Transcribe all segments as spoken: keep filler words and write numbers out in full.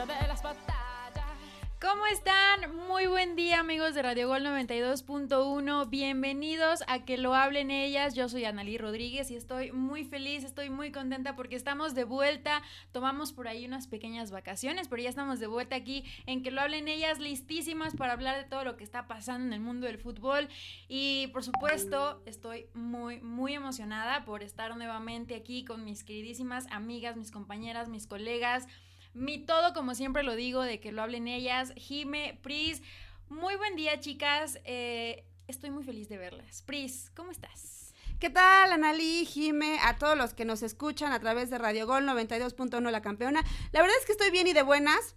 puerta de las batallas. ¿Cómo están? Muy buen día, amigos de Radio Gol noventa y dos punto uno. Bienvenidos a Que lo hablen ellas. Yo soy Analí Rodríguez y estoy muy feliz, estoy muy contenta porque estamos de vuelta. Tomamos por ahí unas pequeñas vacaciones, pero ya estamos de vuelta aquí en Que lo hablen ellas, listísimas para hablar de todo lo que está pasando en el mundo del fútbol. Y por supuesto, estoy muy, muy emocionada por estar nuevamente aquí con mis queridísimas amigas, mis compañeras, mis colegas. Mi todo, como siempre lo digo, de Que lo hablen ellas. Jime, Pris, muy buen día, chicas. Eh, estoy muy feliz de verlas. Pris, ¿cómo estás? ¿Qué tal, Analí, Jime, a todos los que nos escuchan a través de Radio Gol noventa y dos punto uno La Campeona? La verdad es que estoy bien y de buenas.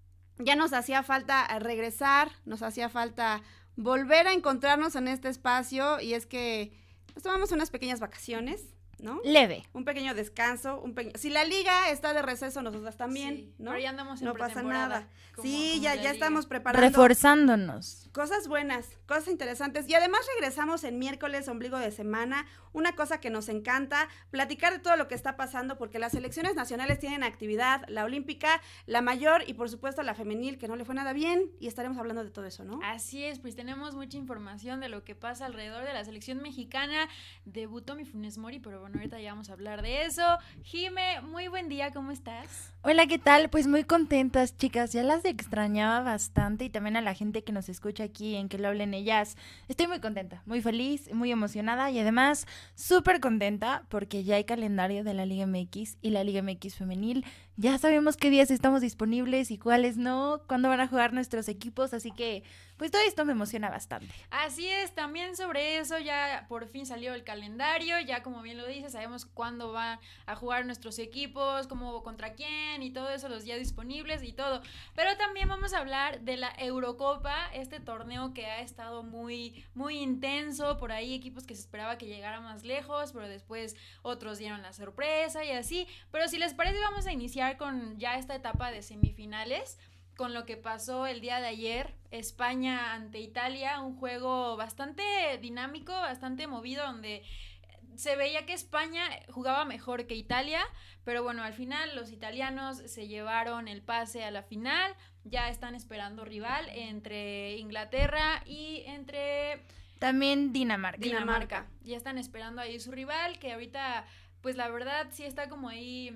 Ya nos hacía falta regresar, nos hacía falta volver a encontrarnos en este espacio, y es que nos tomamos unas pequeñas vacaciones, ¿no? Leve. Un pequeño descanso, un pequeño... Si la liga está de receso, nosotras también, Sí, ¿no? pero ya andamos en no pasa pretemporada, nada. como- Sí, como ya, la ya liga. estamos preparando Reforzándonos. cosas buenas, cosas interesantes, y además regresamos en miércoles, ombligo de semana, una cosa que nos encanta, platicar de todo lo que está pasando, porque las selecciones nacionales tienen actividad, la olímpica, la mayor y por supuesto la femenil, que no le fue nada bien, y estaremos hablando de todo eso, ¿no? Así es, pues tenemos mucha información de lo que pasa alrededor de la selección mexicana. Debutó mi Funes Mori, pero bueno, ahorita ya vamos a hablar de eso. Jime, muy buen día, ¿cómo estás? Hola, ¿qué tal? Pues muy contentas, chicas. Ya las extrañaba bastante, y también a la gente que nos escucha aquí en Que lo hablen ellas. Estoy muy contenta, muy feliz, muy emocionada y además súper contenta porque ya hay calendario de la Liga M X y la Liga M X femenil. Ya sabemos qué días estamos disponibles y cuáles no, cuándo van a jugar nuestros equipos, así que pues todo esto me emociona bastante. Así es, también sobre eso ya por fin salió el calendario, ya como bien lo dices, sabemos cuándo van a jugar nuestros equipos, cómo, contra quién y todo eso, los días disponibles y todo. Pero también vamos a hablar de la Eurocopa, este torneo que ha estado muy, muy intenso, por ahí equipos que se esperaba que llegara más lejos, pero después otros dieron la sorpresa y así. Pero si les parece, vamos a iniciar con ya esta etapa de semifinales, con lo que pasó el día de ayer, España ante Italia, un juego bastante dinámico, bastante movido, donde se veía que España jugaba mejor que Italia, pero bueno, al final los italianos se llevaron el pase a la final, ya están esperando rival entre Inglaterra y entre También Dinamarca. Dinamarca. Dinamarca. Ya están esperando ahí su rival, que ahorita, pues la verdad sí está como ahí,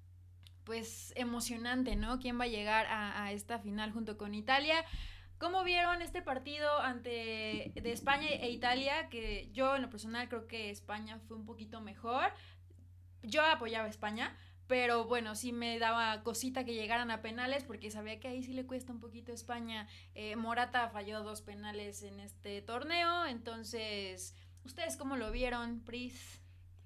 pues emocionante, ¿no? ¿Quién va a llegar a, a esta final junto con Italia? ¿Cómo vieron este partido ante de España e Italia? Que yo en lo personal creo que España fue un poquito mejor. Yo apoyaba a España, pero bueno, sí me daba cosita que llegaran a penales porque sabía que ahí sí le cuesta un poquito a España. Eh, Morata falló dos penales en este torneo, entonces, ¿ustedes cómo lo vieron, Pris?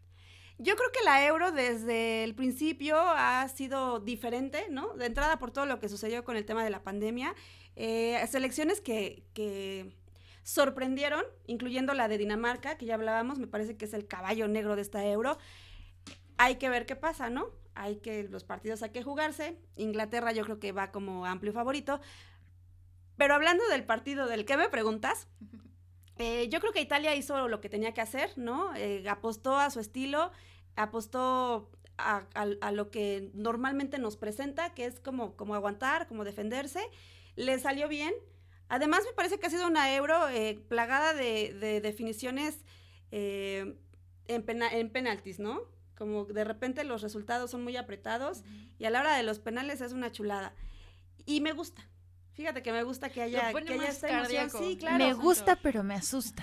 Yo creo que la Euro desde el principio ha sido diferente, ¿no? De entrada por todo lo que sucedió con el tema de la pandemia, eh, selecciones que, que sorprendieron, incluyendo la de Dinamarca, que ya hablábamos, me parece que es el caballo negro de esta Euro. Hay que ver qué pasa, ¿no? Hay que, los partidos hay que jugarse. Inglaterra yo creo que va como amplio favorito. Pero hablando del partido del que me preguntas, Eh, yo creo que Italia hizo lo que tenía que hacer, ¿no? Eh, apostó a su estilo, apostó a, a, a lo que normalmente nos presenta, que es como, como aguantar, como defenderse. Le salió bien. Además, me parece que ha sido una Euro eh, plagada de, de definiciones eh, en, pena, en penaltis, ¿no? Como de repente los resultados son muy apretados, uh-huh, y a la hora de los penales es una chulada. Y me gusta. Fíjate que me gusta que haya, que haya esta emoción. Sí, claro. Me gusta, pero me asusta.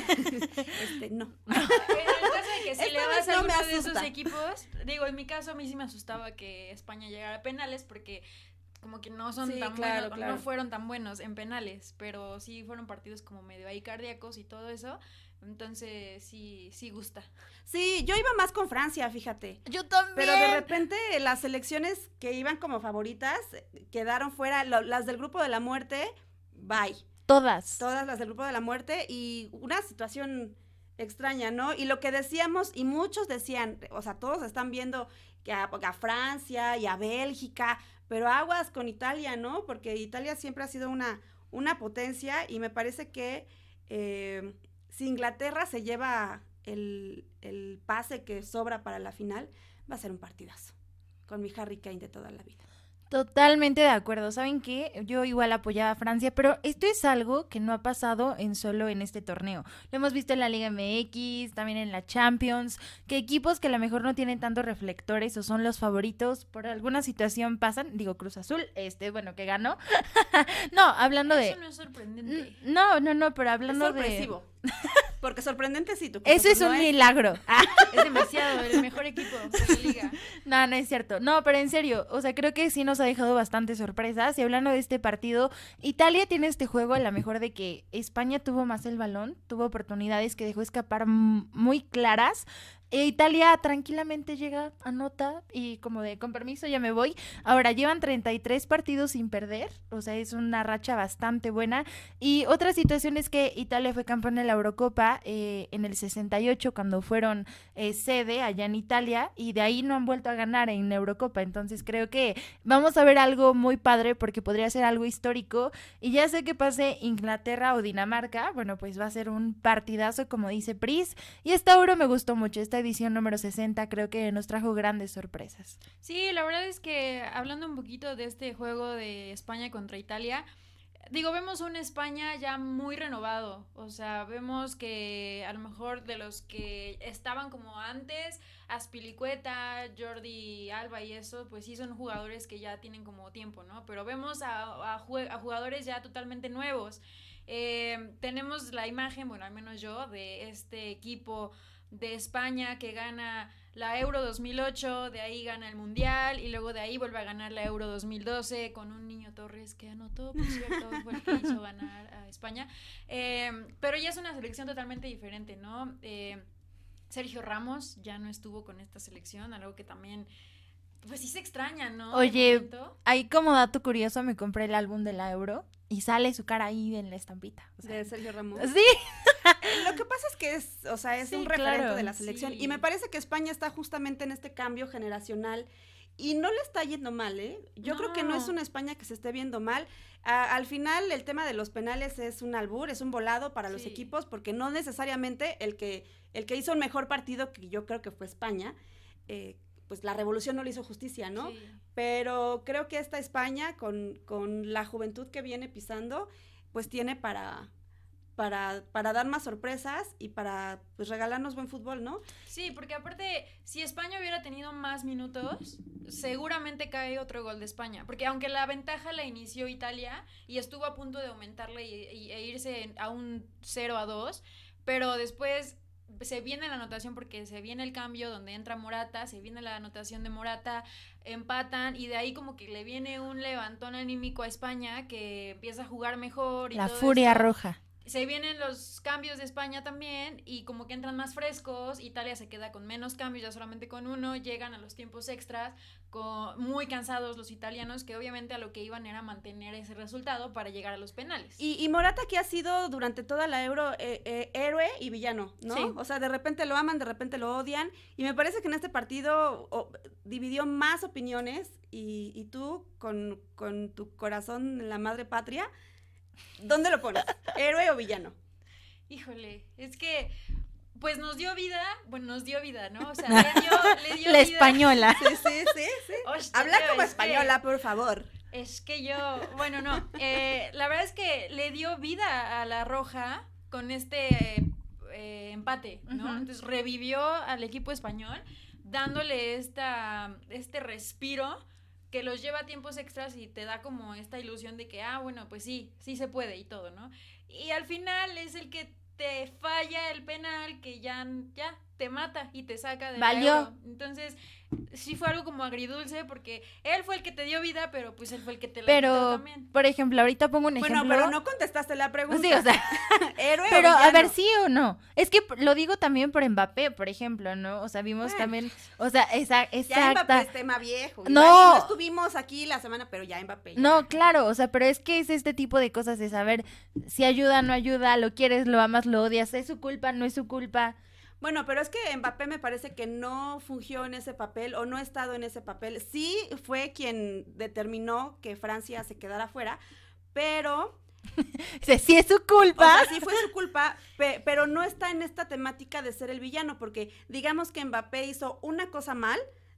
este, no. En el caso de que si Esta le vas vez a no alguno me de esos asusta. equipos, digo, en mi caso a mí sí me asustaba que España llegara a penales porque como que no son Sí, tan claro, buenos, claro. no fueron tan buenos en penales, pero sí fueron partidos como medio ahí cardíacos y todo eso. Entonces sí, sí gusta. Sí, yo iba más con Francia, fíjate. Yo también. Pero de repente las selecciones que iban como favoritas quedaron fuera, lo, las del grupo de la muerte, bye. Todas. Todas las del grupo de la muerte, y una situación extraña, ¿no? Y lo que decíamos, y muchos decían, o sea, todos están viendo que a, a Francia y a Bélgica, pero aguas con Italia, ¿no? Porque Italia siempre ha sido una, una potencia, y me parece que eh, si Inglaterra se lleva el, el pase que sobra para la final, va a ser un partidazo, con mi Harry Kane de toda la vida. Totalmente de acuerdo. ¿Saben qué? Yo igual apoyaba a Francia, pero esto es algo que no ha pasado en solo en este torneo. Lo hemos visto en la Liga M X, también en la Champions, que equipos que a lo mejor no tienen tantos reflectores o son los favoritos, por alguna situación pasan, digo Cruz Azul, este, bueno, que ganó. No, hablando de... Eso no es sorprendente. No, no, no, pero hablando es sorpresivo. de... Porque sorprendente sí, tu Eso es un no milagro. Ah, es demasiado, el mejor equipo de la liga. No, no es cierto. No, pero en serio, o sea, creo que sí nos ha dejado bastantes sorpresas. Y hablando de este partido, Italia tiene este juego a la mejor de que España tuvo más el balón, tuvo oportunidades que dejó escapar m- muy claras. E Italia tranquilamente llega, anota y como de con permiso ya me voy. Ahora llevan treinta y tres partidos sin perder, o sea, es una racha bastante buena. Y otra situación es que Italia fue campeón de la Eurocopa eh, en el sesenta y ocho cuando fueron eh, sede allá en Italia y de ahí no han vuelto a ganar en la Eurocopa. Entonces creo que vamos a ver algo muy padre porque podría ser algo histórico. Y ya sé que pase Inglaterra o Dinamarca, bueno, pues va a ser un partidazo como dice Pris. Y esta Euro me gustó mucho, esta edición número sesenta creo que nos trajo grandes sorpresas. Sí, la verdad es que hablando un poquito de este juego de España contra Italia, digo, vemos un España ya muy renovado, o sea, vemos que a lo mejor de los que estaban como antes, Azpilicueta, Jordi Alba y eso, pues sí son jugadores que ya tienen como tiempo, ¿no? Pero vemos a, a, jue- a jugadores ya totalmente nuevos. Eh, tenemos la imagen, bueno, al menos yo, de este equipo de España que gana la Euro dos mil ocho, de ahí gana el Mundial y luego de ahí vuelve a ganar la Euro dos mil doce con un Niño Torres que anotó, por cierto, fue el que hizo ganar a España. Eh, pero ya es una selección totalmente diferente, ¿no? Eh, Sergio Ramos ya no estuvo con esta selección, algo que también, pues sí se extraña, ¿no? Oye, ahí como dato curioso me compré el álbum de la Euro y sale su cara ahí en la estampita. O sea, de Sergio Ramos. Sí. Lo que pasa es que es, o sea, es Sí, un referente claro, de la selección sí. y me parece que España está justamente en este cambio generacional y no le está yendo mal, ¿eh? Yo No. creo que no es una España que se esté viendo mal. A- al final el tema de los penales es un albur, es un volado para los Sí. equipos porque no necesariamente el que, el que hizo un mejor partido, que yo creo que fue España, eh, pues la revolución no le hizo justicia, ¿no? Sí. Pero creo que esta España, con, con la juventud que viene pisando, pues tiene para, para, para dar más sorpresas y para pues regalarnos buen fútbol, ¿no? Sí, porque aparte, si España hubiera tenido más minutos, seguramente cae otro gol de España. Porque aunque la ventaja la inició Italia y estuvo a punto de aumentarle y, y- e irse a un cero a dos, pero después se viene la anotación porque se viene el cambio donde entra Morata, se viene la anotación de Morata, empatan y de ahí como que le viene un levantón anímico a España que empieza a jugar mejor y La todo furia esto. roja. Se vienen los cambios de España también y como que entran más frescos, Italia se queda con menos cambios, ya solamente con uno, llegan a los tiempos extras, con, muy cansados los italianos, que obviamente a lo que iban era mantener ese resultado para llegar a los penales. Y, y Morata que ha sido durante toda la Euro eh, eh, héroe y villano, ¿no? Sí. O sea, de repente lo aman, de repente lo odian y me parece que en este partido oh, dividió más opiniones y, y tú con, con tu corazón en la madre patria, ¿dónde lo pones? ¿Héroe o villano? Híjole, es que pues nos dio vida, bueno, nos dio vida, ¿no? O sea, le dio, le dio La vida. española. Sí, sí, sí, sí. Hostia, Habla tío, como es que- española, por favor. Es que yo, bueno, no, eh, la verdad es que le dio vida a la Roja con este eh, empate, ¿no? Ujú. Entonces revivió al equipo español dándole esta, este respiro que los lleva a tiempos extras y te da como esta ilusión de que, ah, bueno, pues sí, sí se puede y todo, ¿no? Y al final es el que te falla el penal que ya, ya te mata y te saca de la Valió. Euro. Entonces, sí fue algo como agridulce porque él fue el que te dio vida, pero pues él fue el que te la quitó Pero, también. por ejemplo, ahorita pongo un ejemplo. Bueno, pero no contestaste la pregunta. Sí, o sea, ¿Héroe o pero a villano? ver, sí o no. Es que lo digo también por Mbappé, por ejemplo, ¿no? O sea, vimos Bueno. también, o sea, esa, Ya Mbappé exacta. es tema viejo. No. Igual, no estuvimos aquí la semana, pero ya Mbappé. ya. No, claro, o sea, pero es que es este tipo de cosas de saber si ayuda, no ayuda, lo quieres, lo amas, lo odias, es su culpa, no es su culpa. Bueno, pero es que Mbappé me parece que no fungió en ese papel o no ha estado en ese papel. Sí fue quien determinó que Francia se quedara fuera, pero, O sea, sí es su o culpa. sea, sí fue su culpa, pe- pero no está en esta temática de ser el villano, porque digamos que Mbappé hizo una cosa mal,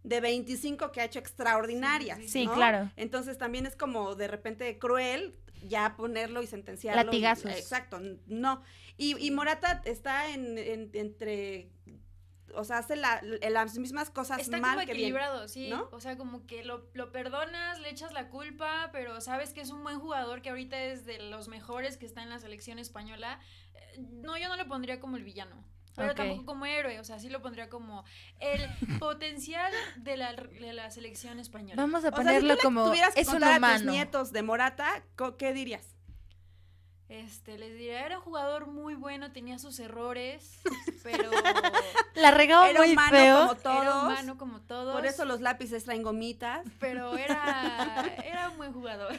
de veinticinco que ha hecho extraordinarias, Sí, sí, sí. ¿no? Sí, claro. Entonces también es como de repente cruel ya ponerlo y sentenciarlo. Latigazos. Y, exacto, no. Y, y Morata está en, en- entre, o sea, hace la- las mismas cosas Está mal como que bien, equilibrado, sí. ¿no? O sea, como que lo, lo perdonas, le echas la culpa, pero sabes que es un buen jugador que ahorita es de los mejores que está en la selección española. Eh, No, yo no lo pondría como el villano. Pero Ok. tampoco como héroe, o sea, sí lo pondría como el potencial de la, de la selección española. Vamos a O sea, si ponerlo tú le como tuvieras que es un contar a tus humano. nietos de Morata, co- ¿qué dirías? Este, les diría, era un jugador muy bueno, tenía sus errores, pero La regaba Era muy humano feo. como todos. era humano como todos. Por eso los lápices traen gomitas. Pero era, era un buen jugador.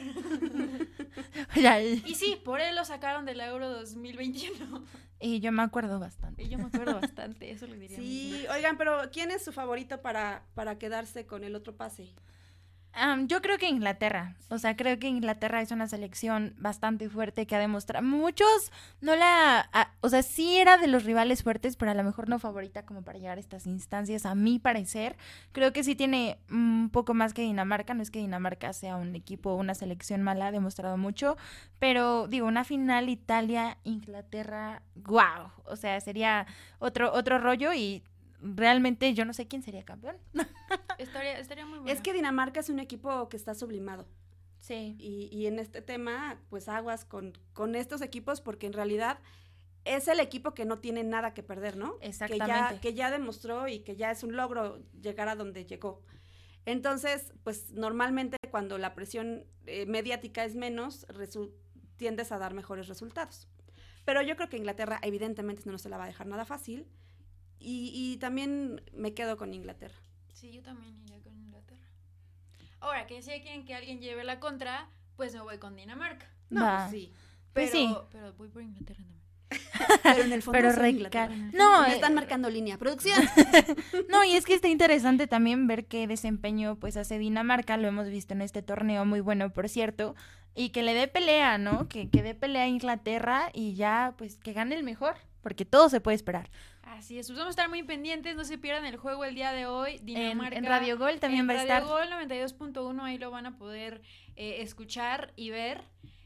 Ya, Y sí, por él lo sacaron del Euro dos mil veintiuno. y yo me acuerdo bastante. Y yo me acuerdo bastante, eso le diría. a mis Sí, nietos. oigan, pero ¿quién es su favorito para, para quedarse con el otro pase? Am, yo creo que Inglaterra, o sea, creo que Inglaterra es una selección bastante fuerte que ha demostrado, muchos no la, a- o sea, sí era de los rivales fuertes, pero a lo mejor no favorita como para llegar a estas instancias, a mi parecer, creo que sí tiene un poco más que Dinamarca, no es que Dinamarca sea un equipo, una selección mala, ha demostrado mucho, pero digo, una final Italia-Inglaterra, wow, o sea, sería otro, otro rollo y realmente yo no sé quién sería campeón. Estaría, estaría muy bueno. Es que Dinamarca es un equipo que está sublimado. Sí. Y, y en este tema, pues aguas con, con estos equipos, porque en realidad es el equipo que no tiene nada que perder, ¿no? Que Exactamente. ya, que ya demostró y que ya es un logro llegar a donde llegó. Entonces, pues normalmente cuando la presión eh, mediática es menos, resu- tiendes a dar mejores resultados. Pero yo creo que Inglaterra evidentemente no se la va a dejar nada fácil. Y, y también me quedo con Inglaterra. Sí, yo también iría con Inglaterra. Ahora, que si quieren que alguien lleve la contra, pues me voy con Dinamarca. No, Va. pues sí. Pero, Pues sí. pero voy por Inglaterra también. Pero en el fondo Pero soy radical. Inglaterra. No, Me están eh, marcando línea. Producción. No, y es que está interesante también ver qué desempeño pues hace Dinamarca, lo hemos visto en este torneo muy bueno, por cierto, y que le dé pelea, ¿no? Que, que dé pelea a Inglaterra y ya pues que gane el mejor, porque todo se puede esperar. Así es, pues vamos a estar muy pendientes, no se pierdan el juego el día de hoy. En, Dinamarca. en Radio Gol también en va a Radio estar. Gol noventa y dos punto uno, ahí lo van a poder eh, escuchar y ver.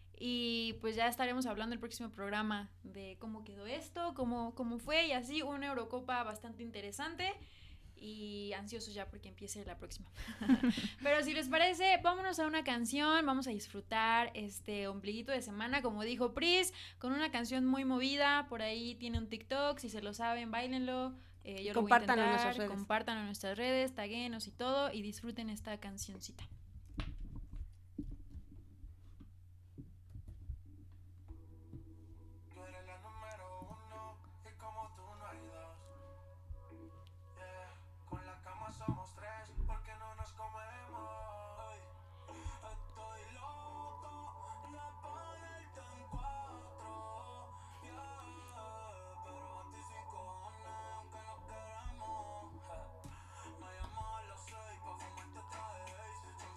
Y pues ya estaremos hablando el próximo programa de cómo quedó esto, cómo, cómo fue y así, una Eurocopa bastante interesante y ansiosos ya porque empiece la próxima. Pero si les parece, vámonos a una canción, vamos a disfrutar este ombliguito de semana, como dijo Pris, con una canción muy movida, por ahí tiene un TikTok, si se lo saben, báilenlo. Eh, yo lo voy a Compártanlo en intentar, nuestras redes. compártanlo en nuestras redes, taguenos y todo y disfruten esta cancioncita. Tú eres la número uno y como tú no hay dos. Yeah. Con la cama somos tres porque no nos comemos. Ay, estoy loco de ponerte en cuatro. Yeah. Pero a ti sin cojones aunque nos queremos. Ja. Me llamo a las seis pa' fumarte traje Haze.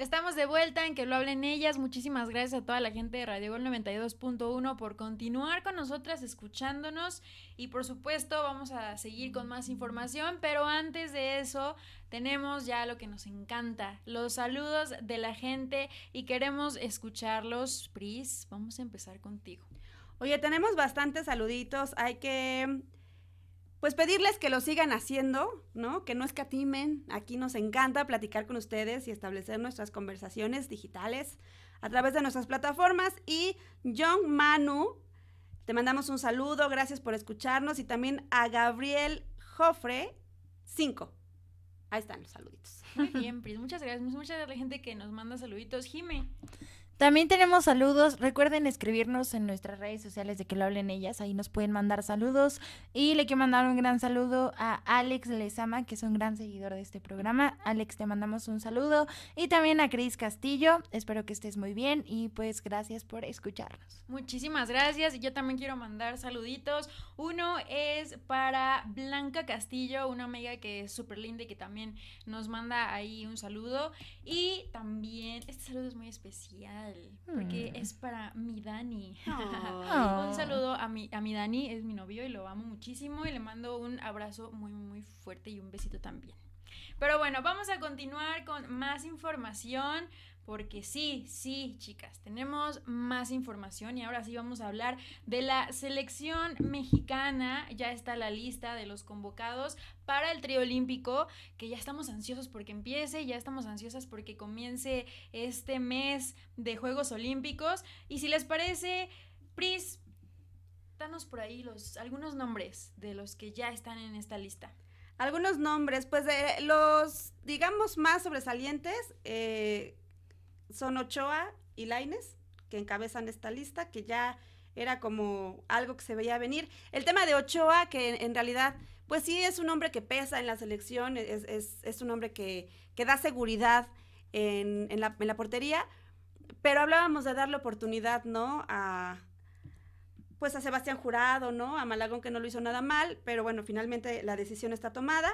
Estamos de vuelta en Que lo hablen ellas. Muchísimas gracias a toda la gente de Radio Gol noventa y dos punto uno por continuar con nosotras, escuchándonos. Y por supuesto vamos a seguir con más información, pero antes de eso tenemos ya lo que nos encanta, los saludos de la gente, y queremos escucharlos. Pris, vamos a empezar contigo. Oye, tenemos bastantes saluditos, hay que pues pedirles que lo sigan haciendo, ¿no? Que no escatimen. Aquí nos encanta platicar con ustedes y establecer nuestras conversaciones digitales a través de nuestras plataformas. Y John Manu, te mandamos un saludo, gracias por escucharnos. Y también a Gabriel Jofre cinco. Ahí están los saluditos. Muy bien, Pris, muchas gracias. Muchas gracias a la gente que nos manda saluditos. Jime. También tenemos saludos, recuerden escribirnos en nuestras redes sociales de Que lo hablen ellas, ahí nos pueden mandar saludos, y le quiero mandar un gran saludo a Alex Lezama, que es un gran seguidor de este programa. Alex, te mandamos un saludo, y también a Cris Castillo, espero que estés muy bien, y pues gracias por escucharnos. Muchísimas gracias, y yo también quiero mandar saluditos. Uno es para Blanca Castillo, una amiga que es súper linda y que también nos manda ahí un saludo, y también, este saludo es muy especial, porque mm. es para mi Dani. Oh. Un saludo a mi, a mi Dani, es mi novio y lo amo muchísimo, y le mando un abrazo muy muy fuerte y un besito también. Pero bueno, vamos a continuar con más información, porque sí, sí, chicas, tenemos más información, y ahora sí vamos a hablar de la selección mexicana. Ya está la lista de los convocados para el trío olímpico, que ya estamos ansiosos porque empiece, ya estamos ansiosas porque comience este mes de Juegos Olímpicos. Y si les parece, Pris, danos por ahí los, algunos nombres de los que ya están en esta lista. Algunos nombres, pues de los, digamos, más sobresalientes, eh, son Ochoa y Lainez, que encabezan esta lista, que ya era como algo que se veía venir. El tema de Ochoa, que en, en realidad, pues sí es un hombre que pesa en la selección, es, es, es un hombre que, que da seguridad en, en, la, en la portería, pero hablábamos de darle oportunidad, ¿no? A, pues a Sebastián Jurado, ¿no? A Malagón, que no lo hizo nada mal, pero bueno, finalmente la decisión está tomada.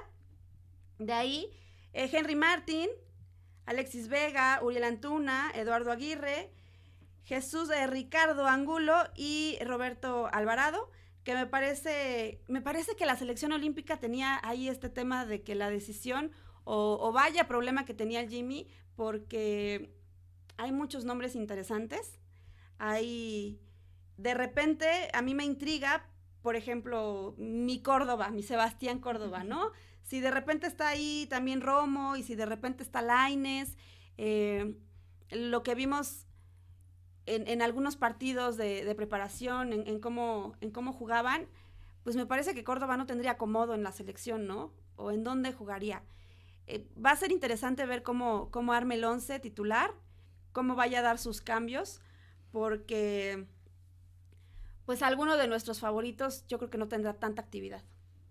De ahí, eh, Henry Martin, Alexis Vega, Uriel Antuna, Eduardo Aguirre, Jesús de Ricardo Angulo y Roberto Alvarado, que me parece, me parece que la selección olímpica tenía ahí este tema de que la decisión, o, o vaya problema que tenía el Jimmy, porque hay muchos nombres interesantes. Hay, de repente, a mí me intriga, por ejemplo, mi Córdoba, mi Sebastián Córdoba, ¿no? Si de repente está ahí también Romo, y si de repente está Lainez, eh, lo que vimos en, en algunos partidos de, de preparación, en, en, cómo, en cómo jugaban, pues me parece que Córdoba no tendría acomodo en la selección, ¿no? O en dónde jugaría. Eh, va a ser interesante ver cómo, cómo arme el once titular, cómo vaya a dar sus cambios, porque pues alguno de nuestros favoritos yo creo que no tendrá tanta actividad.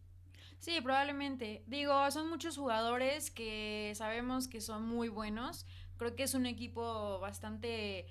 Sí, probablemente. Digo, son muchos jugadores que sabemos que son muy buenos. Creo que es un equipo bastante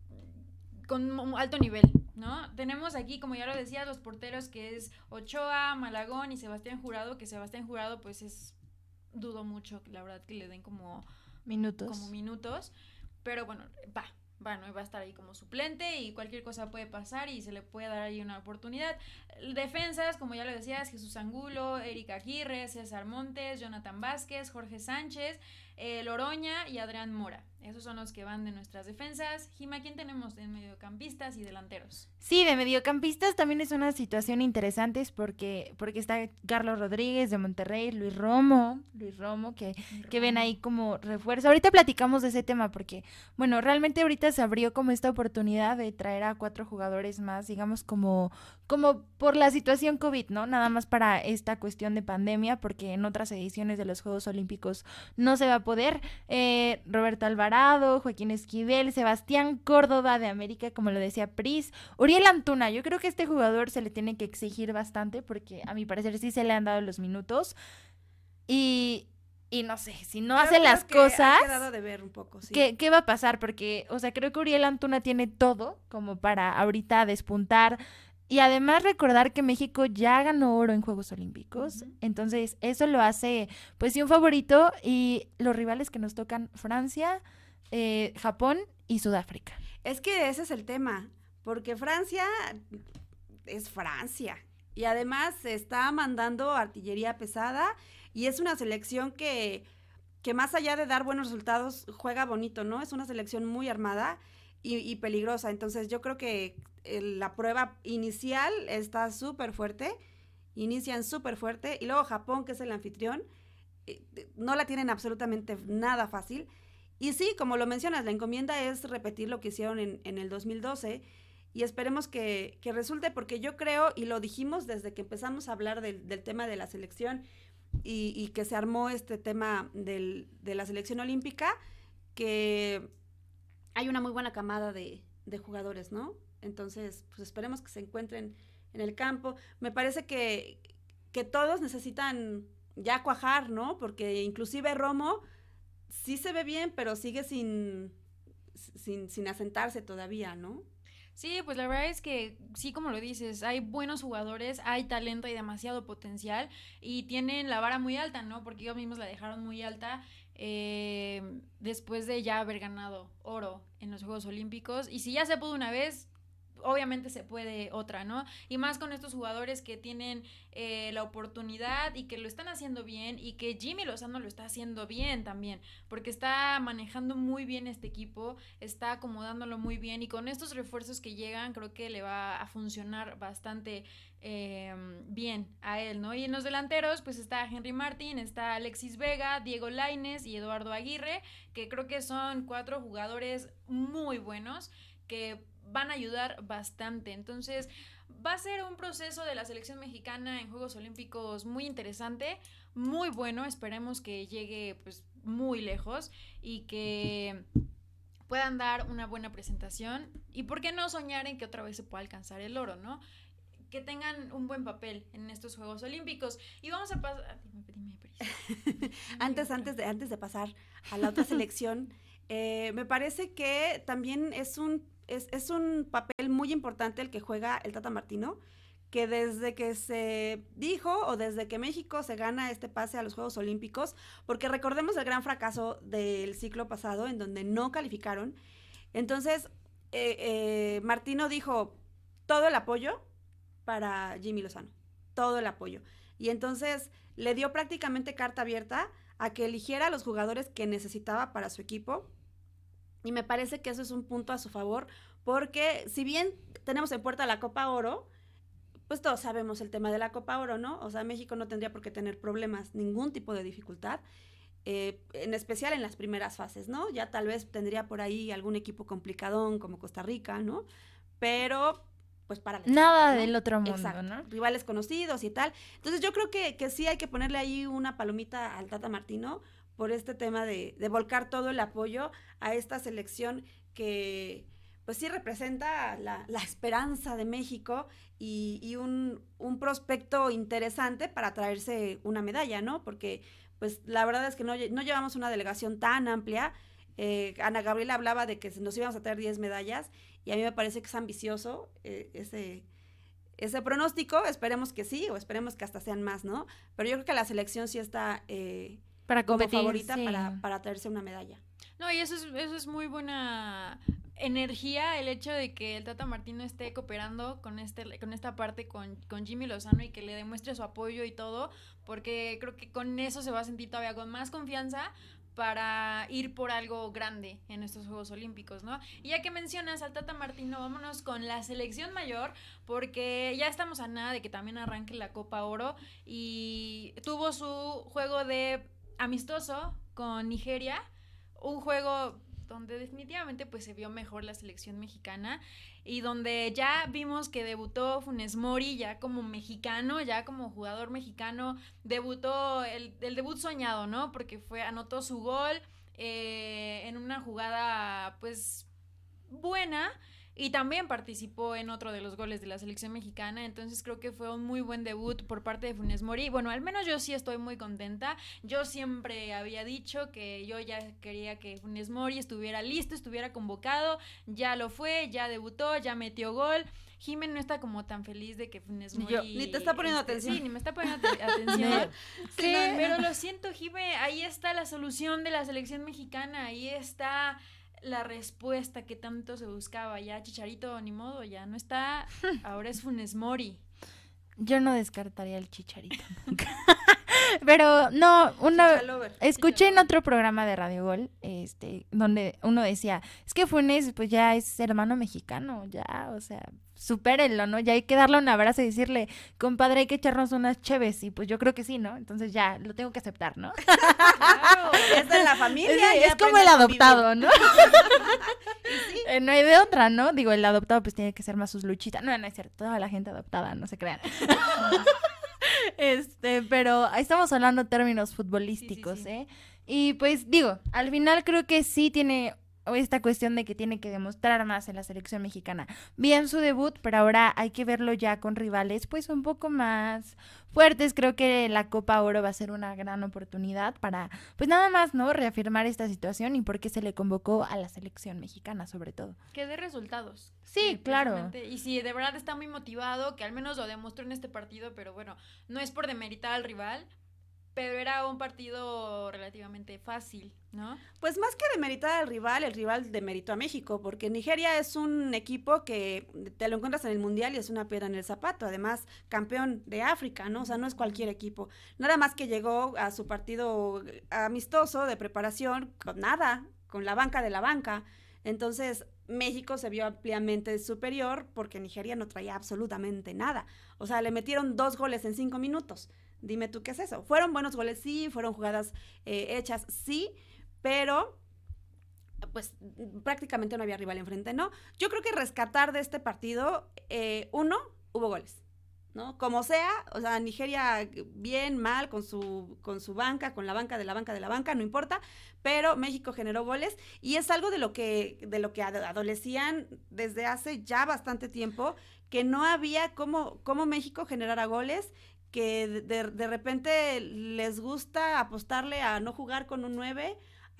con alto nivel, ¿no? Tenemos aquí, como ya lo decía, los porteros, que es Ochoa, Malagón y Sebastián Jurado, que Sebastián Jurado pues es, dudo mucho, la verdad, que le den como minutos. Como minutos, pero bueno, va. Bueno, va a estar ahí como suplente y cualquier cosa puede pasar y se le puede dar ahí una oportunidad. Defensas, como ya lo decías, Jesús Angulo, Erika Aguirre, César Montes, Jonathan Vázquez, Jorge Sánchez, eh, Loroña y Adrián Mora. Esos son los que van de nuestras defensas. Jima, ¿quién tenemos en mediocampistas y delanteros? Sí, de mediocampistas también es una situación interesante porque, porque está Carlos Rodríguez de Monterrey, Luis Romo, Luis Romo, que, Romo. que ven ahí como refuerzo. Ahorita platicamos de ese tema porque, bueno, realmente ahorita se abrió como esta oportunidad de traer a cuatro jugadores más, digamos como, como por la situación COVID, ¿no? Nada más para esta cuestión de pandemia, porque en otras ediciones de los Juegos Olímpicos no se va a poder. Eh, Roberto Alvarado, Joaquín Esquivel, Sebastián Córdoba de América, como lo decía Pris, Uriel Antuna. Yo creo que a este jugador se le tiene que exigir bastante porque a mi parecer sí se le han dado los minutos y... Y no sé, si no Yo hace las que cosas, ha quedado de ver un poco, sí. ¿qué, ¿qué va a pasar? Porque, o sea, creo que Uriel Antuna tiene todo como para ahorita despuntar. Y además recordar que México ya ganó oro en Juegos Olímpicos. Uh-huh. Entonces, eso lo hace, pues sí, un favorito. Y los rivales que nos tocan, Francia, eh, Japón y Sudáfrica. Es que ese es el tema, porque Francia es Francia y además está mandando artillería pesada y es una selección que, que más allá de dar buenos resultados juega bonito, ¿no? Es una selección muy armada y, y peligrosa, entonces yo creo que el, la prueba inicial está súper fuerte, inician súper fuerte y luego Japón, que es el anfitrión, eh, no la tienen absolutamente nada fácil. Y sí, como lo mencionas, la encomienda es repetir lo que hicieron en, en el dos mil doce y esperemos que, que resulte, porque yo creo, y lo dijimos desde que empezamos a hablar del, del tema de la selección y, y que se armó este tema del, de la selección olímpica, que hay una muy buena camada de, de jugadores, ¿no? Entonces, pues esperemos que se encuentren en el campo. Me parece que, que todos necesitan ya cuajar, ¿no? Porque inclusive Romo sí se ve bien, pero sigue sin, sin, sin asentarse todavía, ¿no? Sí, pues la verdad es que sí, como lo dices, hay buenos jugadores, hay talento, hay demasiado potencial y tienen la vara muy alta, ¿no? Porque ellos mismos la dejaron muy alta eh, después de ya haber ganado oro en los Juegos Olímpicos. Y si ya se pudo una vez, obviamente se puede otra, ¿no? Y más con estos jugadores que tienen eh, la oportunidad y que lo están haciendo bien y que Jimmy Lozano lo está haciendo bien también, porque está manejando muy bien este equipo, está acomodándolo muy bien y con estos refuerzos que llegan creo que le va a funcionar bastante eh, bien a él, ¿no? Y en los delanteros pues está Henry Martin, está Alexis Vega, Diego Lainez y Eduardo Aguirre, que creo que son cuatro jugadores muy buenos que van a ayudar bastante. Entonces va a ser un proceso de la selección mexicana en Juegos Olímpicos muy interesante, muy bueno, esperemos que llegue pues muy lejos y que puedan dar una buena presentación y por qué no soñar en que otra vez se pueda alcanzar el oro, ¿no? Que tengan un buen papel en estos Juegos Olímpicos. Y vamos a pasar... Dime, dime, dime, antes, antes, de, antes de pasar a la otra selección, eh, me parece que también es un Es, es un papel muy importante el que juega el Tata Martino, que desde que se dijo o desde que México se gana este pase a los Juegos Olímpicos, porque recordemos el gran fracaso del ciclo pasado en donde no calificaron, entonces eh, eh, Martino dijo todo el apoyo para Jimmy Lozano, todo el apoyo, y entonces le dio prácticamente carta abierta a que eligiera a los jugadores que necesitaba para su equipo. Y me parece que eso es un punto a su favor, porque si bien tenemos en puerta la Copa Oro, pues todos sabemos el tema de la Copa Oro, ¿no? O sea, México no tendría por qué tener problemas, ningún tipo de dificultad, eh, en especial en las primeras fases, ¿no? Ya tal vez tendría por ahí algún equipo complicadón como Costa Rica, ¿no? Pero pues para la nada chica, ¿no? del otro mundo, Exacto, ¿no? rivales conocidos y tal. Entonces yo creo que, que sí hay que ponerle ahí una palomita al Tata Martino por este tema de, de volcar todo el apoyo a esta selección que pues sí representa la, la esperanza de México y, y un, un prospecto interesante para traerse una medalla, ¿no? Porque pues la verdad es que no, no llevamos una delegación tan amplia. Eh, Ana Gabriela hablaba de que nos íbamos a traer diez medallas y a mí me parece que es ambicioso eh, ese, ese pronóstico. Esperemos que sí o esperemos que hasta sean más, ¿no? Pero yo creo que la selección sí está... Eh, para como competir, favorita sí. para, para traerse una medalla. No, y eso es, eso es muy buena energía, el hecho de que el Tata Martino esté cooperando con este con esta parte con, con Jimmy Lozano y que le demuestre su apoyo y todo, porque creo que con eso se va a sentir todavía con más confianza para ir por algo grande en estos Juegos Olímpicos, ¿no? Y ya que mencionas al Tata Martino, vámonos con la selección mayor, porque ya estamos a nada de que también arranque la Copa Oro y tuvo su juego de amistoso con Nigeria, un juego donde definitivamente pues se vio mejor la selección mexicana y donde ya vimos que debutó Funes Mori ya como mexicano, ya como jugador mexicano, debutó el, el debut soñado, ¿no? Porque fue, anotó su gol eh, en una jugada pues buena y también participó en otro de los goles de la selección mexicana, entonces creo que fue un muy buen debut por parte de Funes Mori. Bueno, al menos yo sí estoy muy contenta. Yo siempre había dicho que yo ya quería que Funes Mori estuviera listo, estuviera convocado, ya lo fue, ya debutó, ya metió gol. Jimen no está como tan feliz de que Funes Mori... Yo, ni te está poniendo este, atención. Sí, ni me está poniendo at- atención. Sí, no, no. Pero lo siento, Jime, ahí está la solución de la selección mexicana, ahí está la respuesta que tanto se buscaba. Ya Chicharito, ni modo, ya no está, ahora es Funes Mori. Yo no descartaría el Chicharito nunca. Pero no, una Chichalover. escuché en Chichalover. otro programa de Radio Gol, este, donde uno decía, es que Funes pues ya es hermano mexicano, ya, o sea, supérenlo, ¿no? Ya hay que darle un abrazo y decirle, compadre, hay que echarnos unas cheves, y pues yo creo que sí, ¿no? Entonces ya, lo tengo que aceptar, ¿no? Claro. Es de la familia. Sí, ya es como aprende el a convivir. adoptado, ¿no? Eh, no hay de otra, ¿no? Digo, el adoptado pues tiene que ser más sus luchitas. No, no es cierto, toda la gente adoptada, no se crean. Este, pero ahí estamos hablando términos futbolísticos, Sí, sí, sí. ¿eh? Y pues digo, al final creo que sí tiene esta cuestión de que tiene que demostrar más en la selección mexicana. Bien su debut, pero ahora hay que verlo ya con rivales pues un poco más fuertes. Creo que la Copa Oro va a ser una gran oportunidad para pues nada más, ¿no? Reafirmar esta situación y por qué se le convocó a la selección mexicana sobre todo. Que dé resultados. Sí, Eh, claro. precisamente. Y si de verdad está muy motivado, que al menos lo demostró en este partido, pero bueno, no es por demeritar al rival, pero era un partido relativamente fácil, ¿no? Pues más que demeritar al rival, el rival demeritó a México, porque Nigeria es un equipo que te lo encuentras en el Mundial y es una piedra en el zapato, además campeón de África, ¿no? O sea, no es cualquier equipo. Nada más que llegó a su partido amistoso de preparación con nada, con la banca de la banca. Entonces, México se vio ampliamente superior porque Nigeria no traía absolutamente nada. O sea, le metieron dos goles en cinco minutos. Dime tú qué es eso. Fueron buenos goles, sí, fueron jugadas eh, hechas, sí, pero pues prácticamente no había rival enfrente, ¿no? Yo creo que rescatar de este partido, eh, uno, hubo goles, ¿no? Como sea, o sea, Nigeria bien, mal, con su, con su banca, con la banca de la banca de la banca, no importa, pero México generó goles y es algo de lo que, de lo que adolecían desde hace ya bastante tiempo, que no había cómo, cómo México generara goles, que de, de repente les gusta apostarle a no jugar con un nueve,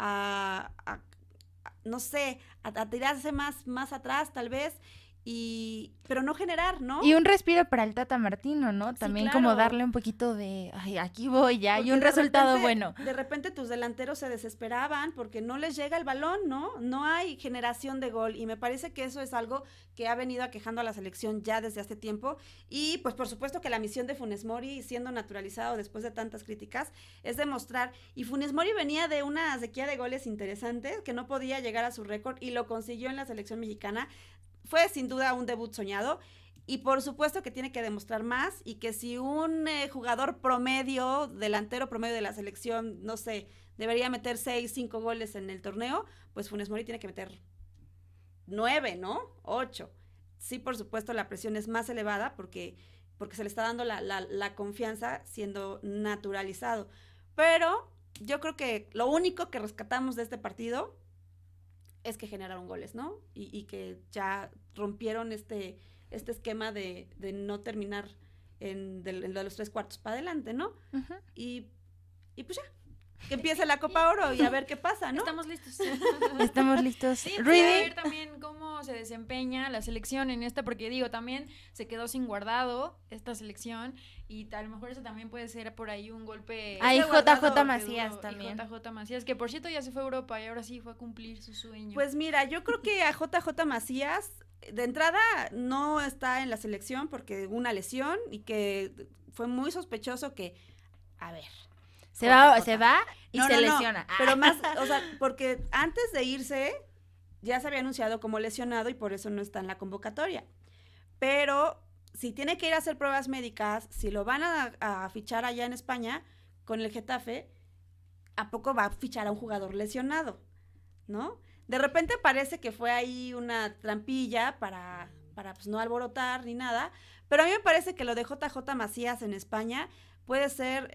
a, a, a no sé, a, a tirarse más, más atrás tal vez, y pero no generar, ¿no? Y un respiro para el Tata Martino, ¿no? Sí, También claro. como darle un poquito de, ay, aquí voy ya, Porque y un de resultado repente- bueno. De repente tus delanteros se desesperaban porque no les llega el balón, ¿no? No hay generación de gol y me parece que eso es algo que ha venido aquejando a la selección ya desde hace tiempo y pues por supuesto que la misión de Funes Mori, siendo naturalizado después de tantas críticas, es demostrar, y Funes Mori venía de una sequía de goles interesante que no podía llegar a su récord y lo consiguió en la selección mexicana. Fue sin duda un debut soñado y por supuesto que tiene que demostrar más y que si un eh, jugador promedio, delantero promedio de la selección, no sé, debería meter seis, cinco goles en el torneo, pues Funes Mori tiene que meter nueve, ¿no? Ocho. Sí, por supuesto, la presión es más elevada porque, porque se le está dando la, la, la confianza siendo naturalizado. Pero yo creo que lo único que rescatamos de este partido es que generaron goles, ¿no? Y, y que ya rompieron este, este esquema de, de no terminar en de, en de los tres cuartos para adelante, ¿no? Ujú. Y, y pues ya, que empiece la Copa Oro y a ver qué pasa, ¿no? Estamos listos. Estamos listos. Sí, pues, a Rudy, ver también cómo se desempeña la selección en esta, porque digo, también se quedó sin guardado esta selección y a lo mejor eso también puede ser por ahí un golpe. Ahí Ese J J guardado Macías duro. Y también. J J Macías, que por cierto ya se fue a Europa y ahora sí fue a cumplir su sueño. Pues mira, yo creo que a J J Macías, de entrada, no está en la selección porque hubo una lesión y que fue muy sospechoso que, a ver, se va, J J. se va y No, se no, no, lesiona. Ah. pero más, o sea, porque antes de irse ya se había anunciado como lesionado y por eso no está en la convocatoria. Pero si tiene que ir a hacer pruebas médicas, si lo van a, a fichar allá en España con el Getafe, ¿a poco va a fichar a un jugador lesionado? ¿No? De repente parece que fue ahí una trampilla para, para pues, no alborotar ni nada, pero a mí me parece que lo de J J Macías en España puede ser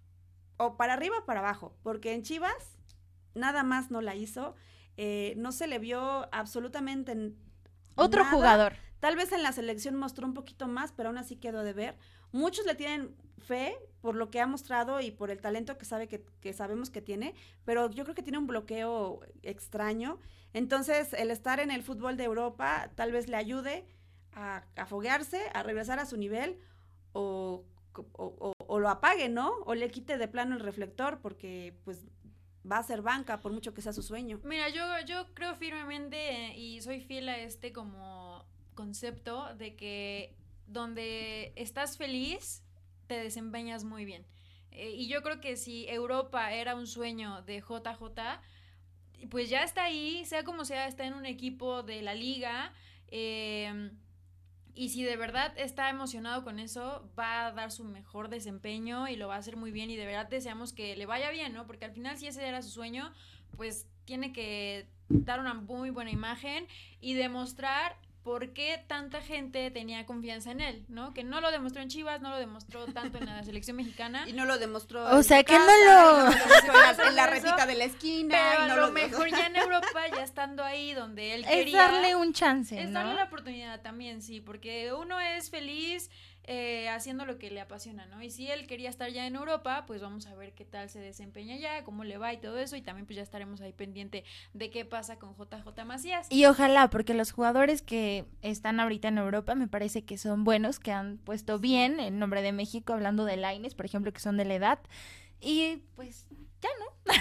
o para arriba o para abajo, porque en Chivas nada más no la hizo, eh, no se le vio absolutamente n- Otro nada. jugador. Tal vez en la selección mostró un poquito más, pero aún así quedó de ver. Muchos le tienen fe por lo que ha mostrado y por el talento que sabe que, que sabemos que tiene, pero yo creo que tiene un bloqueo extraño. Entonces, el estar en el fútbol de Europa tal vez le ayude a, a foguearse, a regresar a su nivel o, o, o, o lo apague, ¿no? O le quite de plano el reflector porque, pues, va a ser banca, por mucho que sea su sueño. Mira, yo, yo creo firmemente eh, y soy fiel a este como concepto de que donde estás feliz, te desempeñas muy bien. Eh, y yo creo que si Europa era un sueño de J J, pues ya está ahí, sea como sea, está en un equipo de la liga. Eh, y si de verdad está emocionado con eso, va a dar su mejor desempeño y lo va a hacer muy bien y de verdad deseamos que le vaya bien, ¿no? Porque al final si ese era su sueño, pues tiene que dar una muy buena imagen y demostrar por qué tanta gente tenía confianza en él, ¿no? Que no lo demostró en Chivas, no lo demostró tanto en la selección mexicana. Y no lo demostró O en sea, su que no casa, lo- y no lo demostró en la, en la Eso, retita de la esquina. Pero y no a lo lo mejor ya en Europa, ya estando ahí donde él Es quería... darle un chance, Es ¿no? darle la oportunidad también, sí, porque uno es feliz eh, haciendo lo que le apasiona, ¿no? Y si él quería estar ya en Europa, pues vamos a ver qué tal se desempeña ya, cómo le va y todo eso, y también pues ya estaremos ahí pendiente de qué pasa con J J Macías. Y ojalá, porque los jugadores que están ahorita en Europa me parece que son buenos, que han puesto bien el nombre de México, hablando de Lainez, por ejemplo, que son de la edad. Y pues ya, ¿no?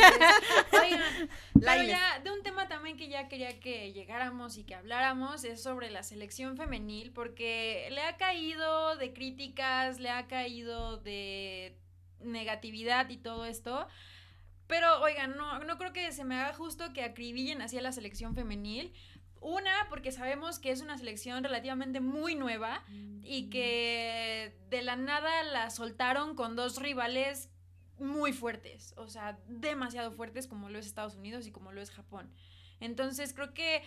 Oigan, pero Lainez. ya de un tema también que ya quería que llegáramos y que habláramos es sobre la selección femenil, porque le ha caído de críticas, le ha caído de negatividad y todo esto. Pero, oigan, no, no creo que se me haga justo que acribillen así a la selección femenil. Una, porque sabemos que es una selección relativamente muy nueva y que de la nada la soltaron con dos rivales muy fuertes, o sea, demasiado fuertes como lo es Estados Unidos y como lo es Japón. Entonces creo que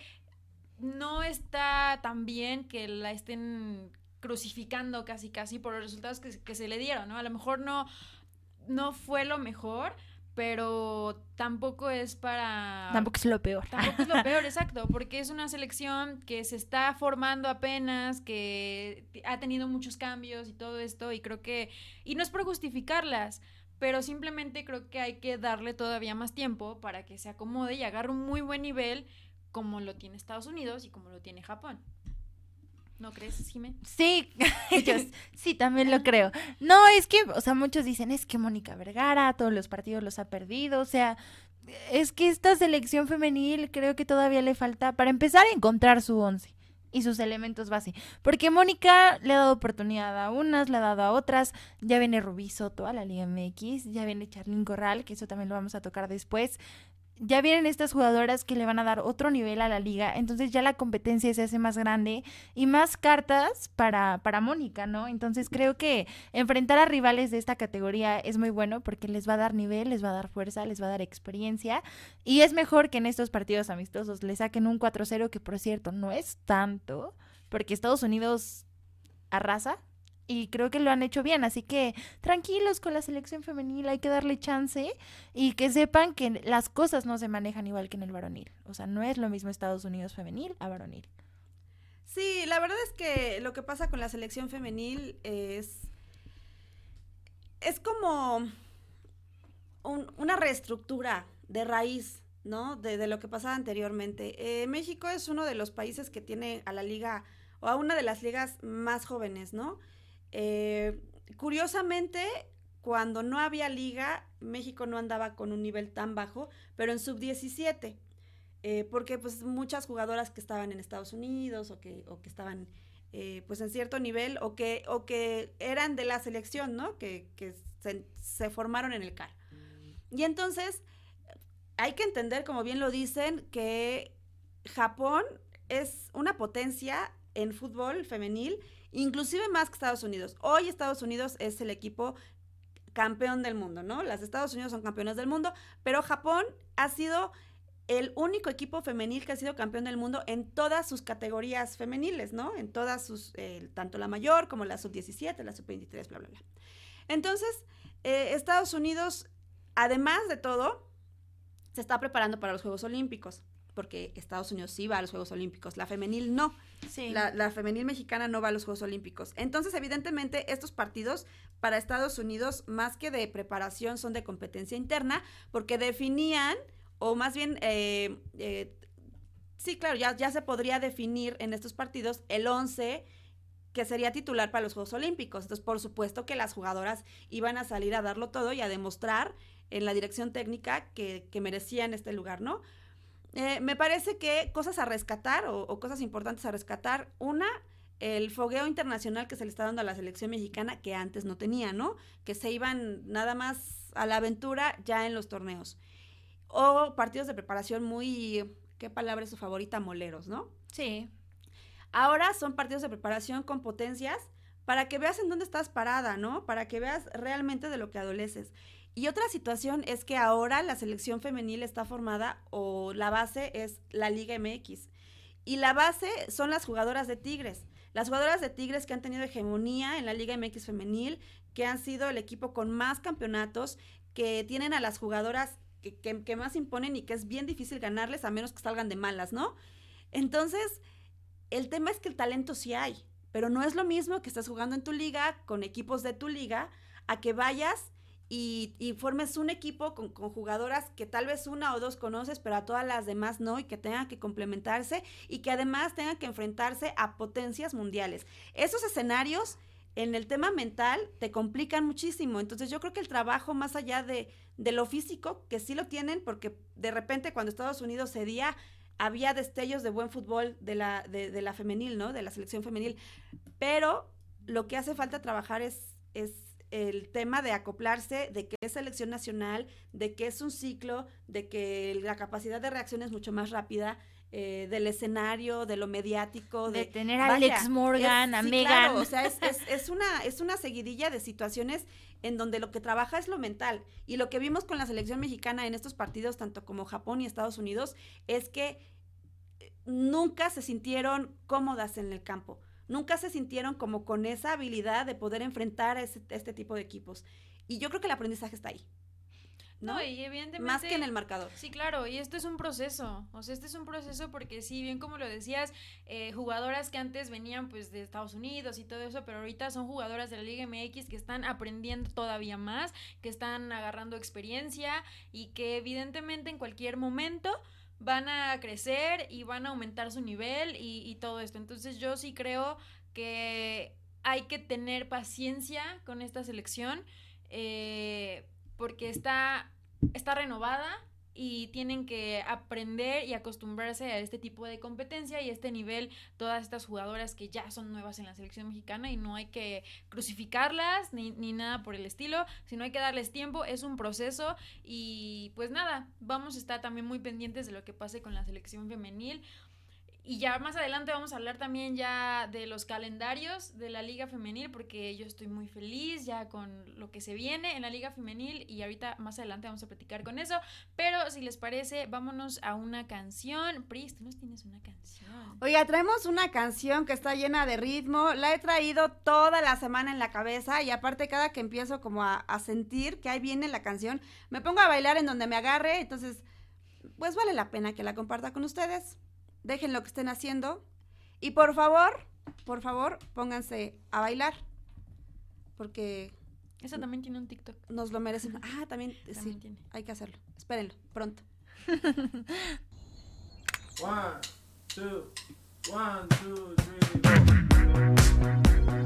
no está tan bien que la estén crucificando casi casi por los resultados que, que se le dieron, ¿no? A lo mejor no, no fue lo mejor, pero tampoco es para... Tampoco es lo peor. Tampoco es lo peor, exacto, porque es una selección que se está formando apenas, que ha tenido muchos cambios y todo esto, y creo que, y no es por justificarlas, pero simplemente creo que hay que darle todavía más tiempo para que se acomode y agarre un muy buen nivel como lo tiene Estados Unidos y como lo tiene Japón. ¿No crees, Jimé? Sí, ellos, sí, también lo creo. No, es que, o sea, muchos dicen, es que Mónica Vergara todos los partidos los ha perdido, o sea, es que esta selección femenil creo que todavía le falta, para empezar, a encontrar su once y sus elementos base, porque Mónica le ha dado oportunidad a unas, le ha dado a otras, ya viene Rubí Soto a la Liga M X, ya viene Charlín Corral, que eso también lo vamos a tocar después. Ya vienen estas jugadoras que le van a dar otro nivel a la liga, entonces ya la competencia se hace más grande y más cartas para, para Mónica, ¿no? Entonces creo que enfrentar a rivales de esta categoría es muy bueno porque les va a dar nivel, les va a dar fuerza, les va a dar experiencia y es mejor que en estos partidos amistosos le saquen un cuatro cero, que por cierto no es tanto, porque Estados Unidos arrasa. Y creo que lo han hecho bien, así que tranquilos con la selección femenil, hay que darle chance y que sepan que las cosas no se manejan igual que en el varonil. O sea, no es lo mismo Estados Unidos femenil a varonil. Sí, la verdad es que lo que pasa con la selección femenil es, es como un- una reestructura de raíz, ¿no? De, de lo que pasaba anteriormente. Eh, México es uno de los países que tiene a la liga, o a una de las ligas más jóvenes, ¿no? Eh, curiosamente, cuando no había liga, México no andaba con un nivel tan bajo, pero en sub diecisiete, eh, porque pues muchas jugadoras que estaban en Estados Unidos o que, o que estaban eh, pues en cierto nivel o que, o que eran de la selección, ¿no? Que, que se, se formaron en el C A R. Y entonces hay que entender, como bien lo dicen, que Japón es una potencia en fútbol femenil, inclusive más que Estados Unidos. Hoy Estados Unidos es el equipo campeón del mundo, ¿no? Las Estados Unidos son campeones del mundo, pero Japón ha sido el único equipo femenil que ha sido campeón del mundo en todas sus categorías femeniles, ¿no? En todas sus, eh, tanto la mayor como la sub diecisiete, la sub veintitrés, bla, bla, bla. Entonces, eh, Estados Unidos, además de todo, se está preparando para los Juegos Olímpicos, porque Estados Unidos sí va a los Juegos Olímpicos, la femenil no. Sí. La, la femenil mexicana no va a los Juegos Olímpicos. Entonces, evidentemente, estos partidos para Estados Unidos, más que de preparación, son de competencia interna, porque definían, o más bien, eh, eh, sí, claro, ya, ya se podría definir en estos partidos el once que sería titular para los Juegos Olímpicos. Entonces, por supuesto que las jugadoras iban a salir a darlo todo y a demostrar en la dirección técnica que, que merecían este lugar, ¿no? Eh, me parece que cosas a rescatar o, o cosas importantes a rescatar. Una, el fogueo internacional que se le está dando a la selección mexicana que antes no tenía, ¿no? Que se iban nada más a la aventura ya en los torneos. O partidos de preparación muy, ¿qué palabra es su favorita? Moleros, ¿no? Sí. Ahora son partidos de preparación con potencias para que veas en dónde estás parada, ¿no? Para que veas realmente de lo que adoleces. Y otra situación es que ahora la selección femenil está formada, o la base es la Liga M X. Y la base son las jugadoras de Tigres. Las jugadoras de Tigres que han tenido hegemonía en la Liga M X femenil, que han sido el equipo con más campeonatos, que tienen a las jugadoras que, que, que más imponen y que es bien difícil ganarles a menos que salgan de malas, ¿no? Entonces, el tema es que el talento sí hay, pero no es lo mismo que estás jugando en tu liga, con equipos de tu liga, a que vayas y, y formes un equipo con, con jugadoras que tal vez una o dos conoces, pero a todas las demás no, y que tengan que complementarse y que además tengan que enfrentarse a potencias mundiales. Esos escenarios en el tema mental te complican muchísimo. Entonces yo creo que el trabajo más allá de, de lo físico, que sí lo tienen, porque de repente cuando Estados Unidos cedía, había destellos de buen fútbol de la, de, de la femenil, ¿no? De la selección femenil. Pero lo que hace falta trabajar es, es el tema de acoplarse, de que es selección nacional, de que es un ciclo, de que la capacidad de reacción es mucho más rápida, eh, del escenario, de lo mediático. De, de tener a vaya, Alex Morgan, es, a sí, Megan. Claro, o sea, es, es, es, una, es una seguidilla de situaciones en donde lo que trabaja es lo mental. Y lo que vimos con la selección mexicana en estos partidos, tanto como Japón y Estados Unidos, es que nunca se sintieron cómodas en el campo. Nunca se sintieron como con esa habilidad de poder enfrentar a, ese, a este tipo de equipos. Y yo creo que el aprendizaje está ahí, ¿no? No, y evidentemente... Más que en el marcador. Sí, claro, y esto es un proceso, o sea, este es un proceso porque sí, bien como lo decías, eh, jugadoras que antes venían pues de Estados Unidos y todo eso, pero ahorita son jugadoras de la Liga M X que están aprendiendo todavía más, que están agarrando experiencia y que evidentemente en cualquier momento van a crecer y van a aumentar su nivel y, y todo esto. Entonces yo sí creo que hay que tener paciencia con esta selección, eh, porque está, está renovada y tienen que aprender y acostumbrarse a este tipo de competencia y este nivel, todas estas jugadoras que ya son nuevas en la selección mexicana, y no hay que crucificarlas ni, ni nada por el estilo, sino hay que darles tiempo, es un proceso. Y pues nada, vamos a estar también muy pendientes de lo que pase con la selección femenil. Y ya más adelante vamos a hablar también ya de los calendarios de la Liga Femenil, porque yo estoy muy feliz ya con lo que se viene en la Liga Femenil y ahorita más adelante vamos a platicar con eso. Pero si les parece, vámonos a una canción. Pris, tú nos tienes una canción. Oiga, traemos una canción que está llena de ritmo. La he traído toda la semana en la cabeza y aparte cada que empiezo como a, a sentir que ahí viene la canción, me pongo a bailar en donde me agarre. Entonces, pues vale la pena que la comparta con ustedes. Dejen lo que estén haciendo y por favor, por favor, pónganse a bailar, porque Esa también tiene un TikTok. nos lo merecen. Ah, también, También sí, tiene. hay que hacerlo. Espérenlo, pronto. One, two, one, two, three, go.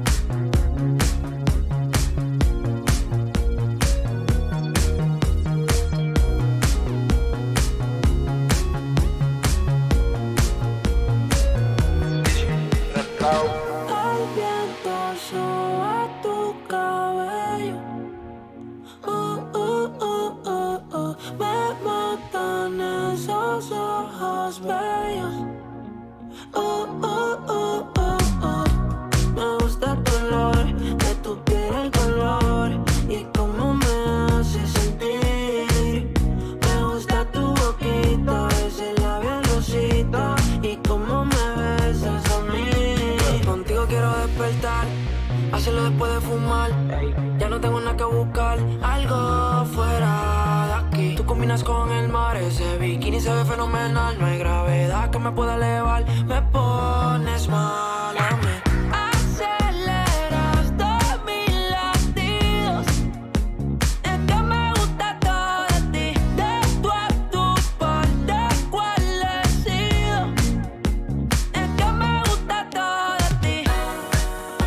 El viento soba tu cabello. Uh, uh, uh, uh, uh. Me matan esos ojos bellos. Uh, uh, uh, uh, uh. Me gusta el color de tu piel, el color y cómo me hace sentir. Me gusta tu boquita, ese labial rosita y cómo me besas a mí. Contigo quiero despertar, hacerlo después de fumar. Ya no tengo nada que buscar, algo fuera de aquí. Tú combinas con el mar, ese bikini se ve fenomenal. No hay gravedad que me pueda elevar, me pones mal a mí. Aceleras todos mis latidos. Es que me gusta todo de ti, de tu a tu parte, cuál he sido. Es que me gusta todo de ti.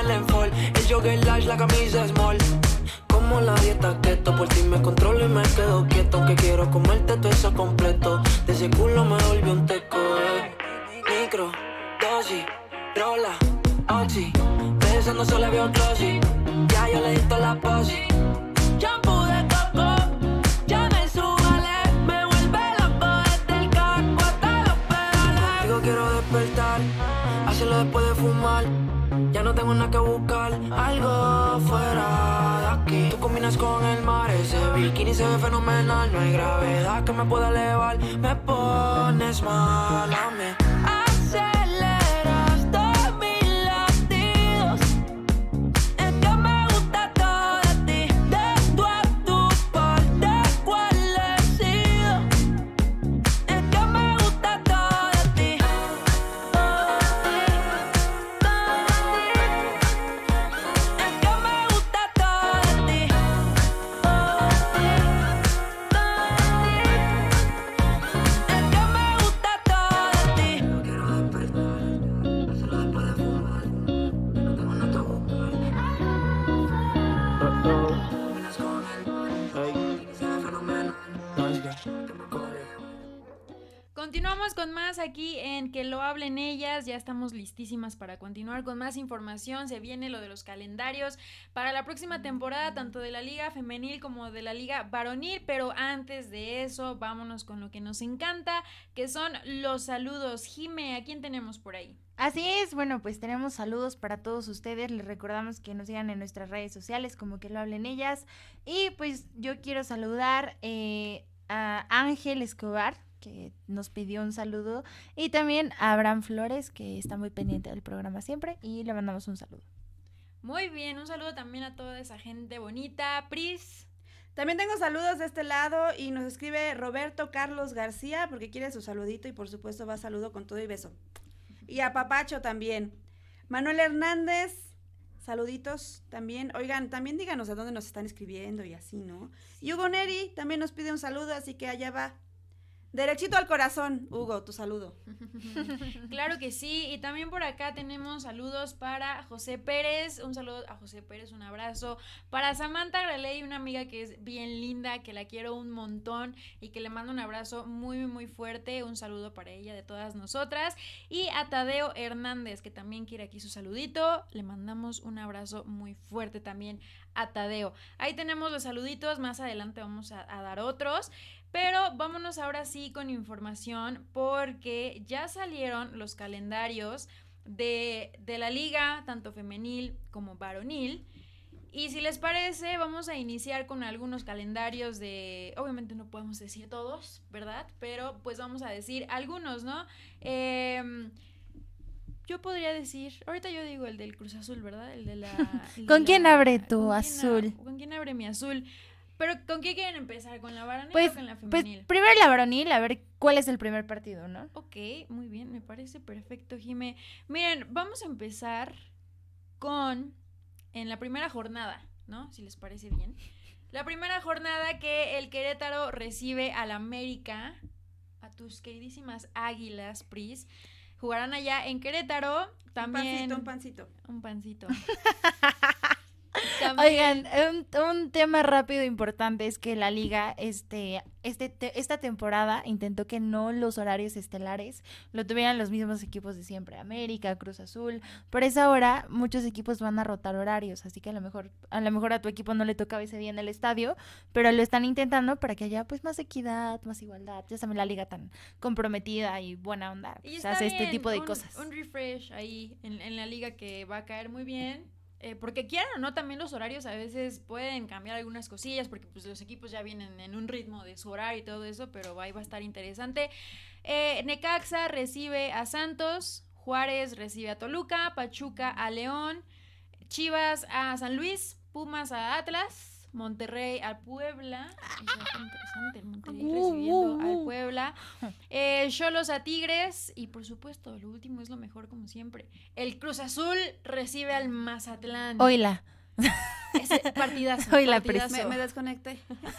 el enfol. El jogger large, la camisa small. Como la dieta keto, por ti me controlo y me quedo quieto. Aunque quiero comerte todo eso completo. De ese culo me volvió un teco, eh. Micro, dosis, rola, oxi. Pensando solo había un glossy. Ya yo le di toda la posi. Shampoo de coco, ya me subale. Me vuelve loco desde el casco hasta los pedales. Contigo quiero despertar, hacerlo después de fumar. Ya no tengo nada que buscar, algo fuera de aquí. Tú combinas con el mar, ese bikini se ve fenomenal. No hay gravedad que me pueda elevar. Me pones mal a mí. Aceleras todos mis latidos. Es que me gusta todo de ti. De tú a tu parte, ¿cuál he sido? Es que me gusta todo de ti. Continuamos con más aquí en Que lo hablen ellas. Ya estamos listísimas para continuar con más información. Se viene lo de los calendarios para la próxima temporada, tanto de la liga femenil como de la liga varonil. Pero antes de eso, vámonos con lo que nos encanta, que son los saludos. Jime, ¿a quién tenemos por ahí? Así es, bueno, pues tenemos saludos para todos ustedes. Les recordamos que nos sigan en nuestras redes sociales como Que lo hablen ellas. Y pues yo quiero saludar eh, a Ángel Escobar, que nos pidió un saludo, y también a Abraham Flores, que está muy pendiente del programa siempre, y le mandamos un saludo. Muy bien, un saludo también a toda esa gente bonita. Pris. También tengo saludos de este lado y nos escribe Roberto Carlos García porque quiere su saludito y por supuesto va saludo con todo y beso. Y a Papacho también. Manuel Hernández, saluditos también. Oigan, también díganos a dónde nos están escribiendo y así, ¿no? Y Hugo Neri también nos pide un saludo, así que allá va. Derechito al corazón, Hugo, tu saludo. Claro que sí, y también por acá tenemos saludos para José Pérez, un saludo a José Pérez, un abrazo. Para Samantha Graley, una amiga que es bien linda, que la quiero un montón y que le mando un abrazo muy, muy fuerte, un saludo para ella de todas nosotras. Y a Tadeo Hernández, que también quiere aquí su saludito, le mandamos un abrazo muy fuerte también a Tadeo. Ahí tenemos los saluditos, más adelante vamos a, a dar otros. Pero vámonos ahora sí con información porque ya salieron los calendarios de, de la liga, tanto femenil como varonil. Y si les parece, vamos a iniciar con algunos calendarios de... Obviamente no podemos decir todos, ¿verdad? Pero pues vamos a decir algunos, ¿no? Eh, yo podría decir... Ahorita yo digo el del Cruz Azul, ¿verdad? El de la... El ¿Con de quién la, abre tu ¿con azul? Quién, ¿Con quién abre mi azul? Pero, ¿con qué quieren empezar? ¿Con la varonil Pues, o con la pues femenil? primero la varonil, a ver cuál es el primer partido, ¿no? Ok, muy bien, me parece perfecto, Jime. Miren, vamos a empezar con, en la primera jornada, ¿no? Si les parece bien. La primera jornada que el Querétaro recibe al América, a tus queridísimas Águilas, Pris. Jugarán allá en Querétaro, también... Un pancito, un pancito. Un pancito. También. Oigan, un, un tema rápido importante es que la liga este, este te, esta temporada intentó que no los horarios estelares lo tuvieran los mismos equipos de siempre, América, Cruz Azul. Por esa hora muchos equipos van a rotar horarios, así que a lo mejor a lo mejor a tu equipo no le tocaba ese día en el estadio, pero lo están intentando para que haya pues más equidad, más igualdad. Ya saben, la liga tan comprometida y buena onda, Y pues, hace este bien, tipo de un, cosas. Un refresh ahí en, en la liga que va a caer muy bien. Eh, porque quieran o no, también los horarios a veces pueden cambiar algunas cosillas, porque pues los equipos ya vienen en un ritmo de su horario y todo eso, pero ahí va a estar interesante. Eh, Necaxa recibe a Santos, Juárez recibe a Toluca, Pachuca a León, Chivas a San Luis, Pumas a Atlas, Monterrey al Puebla, está interesante, Monterrey recibiendo al Puebla, eh, Xolos a Tigres y por supuesto lo último es lo mejor como siempre, el Cruz Azul recibe al Mazatlán. Oila. Ese partidazo, Oila, partidazo. Me, me desconecté.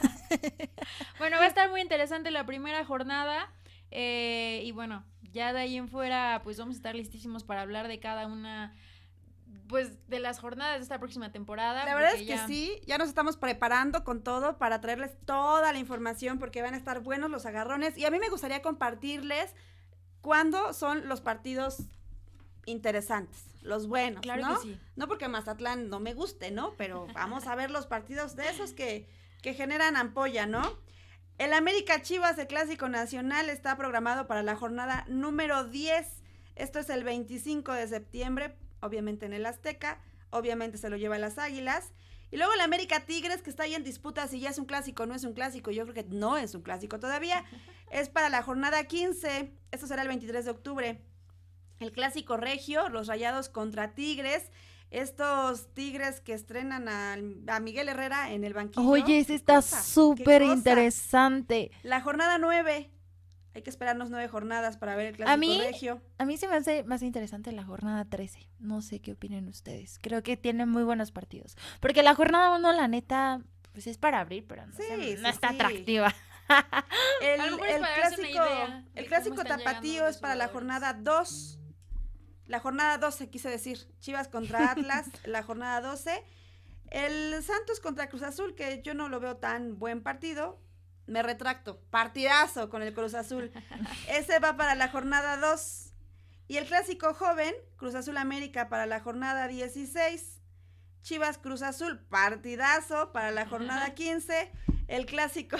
Bueno, va a estar muy interesante la primera jornada. Eh, y bueno, ya de ahí en fuera pues vamos a estar listísimos para hablar de cada una, pues de las jornadas de esta próxima temporada. La verdad es porque que ya- sí, ya nos estamos preparando con todo para traerles toda la información porque van a estar buenos los agarrones y a mí me gustaría compartirles cuándo son los partidos interesantes, los buenos, Claro ¿no? que sí. No porque Mazatlán no me guste, ¿no? Pero vamos a ver los partidos de esos que, que generan ampolla, ¿no? El América Chivas, el Clásico Nacional, está programado para la jornada número diez. Esto es el veinticinco de septiembre, obviamente en el Azteca. Obviamente se lo lleva a las Águilas. Y luego el América Tigres, que está ahí en disputa si ya es un clásico o no es un clásico. Yo creo que no es un clásico todavía. Es para la jornada quince. Esto será el veintitrés de octubre. El Clásico Regio, los Rayados contra Tigres. Estos Tigres que estrenan a, a Miguel Herrera en el banquillo. Oye, ese ¿Qué está cosa? ¿Qué súper cosa? interesante. La jornada nueve. Hay que esperarnos nueve jornadas para ver el Clásico A mí- Regio. A mí se me hace más interesante la jornada trece. No sé qué opinen ustedes. Creo que tiene muy buenos partidos. Porque la jornada uno, la neta, pues es para abrir, pero no, Sí, sé, sí, no está sí. atractiva. El, A lo mejor es el para darse una clásico, idea de el cómo clásico están tapatío llegando es los para la jugadores. jornada dos. La jornada doce, quise decir. Chivas contra Atlas, la jornada doce. El Santos contra Cruz Azul, que yo no lo veo tan buen partido. Me retracto. Partidazo con el Cruz Azul. Ese va para la jornada dos. Y el clásico joven, Cruz Azul América para la jornada dieciséis. Chivas Cruz Azul, partidazo para la jornada quince. El clásico.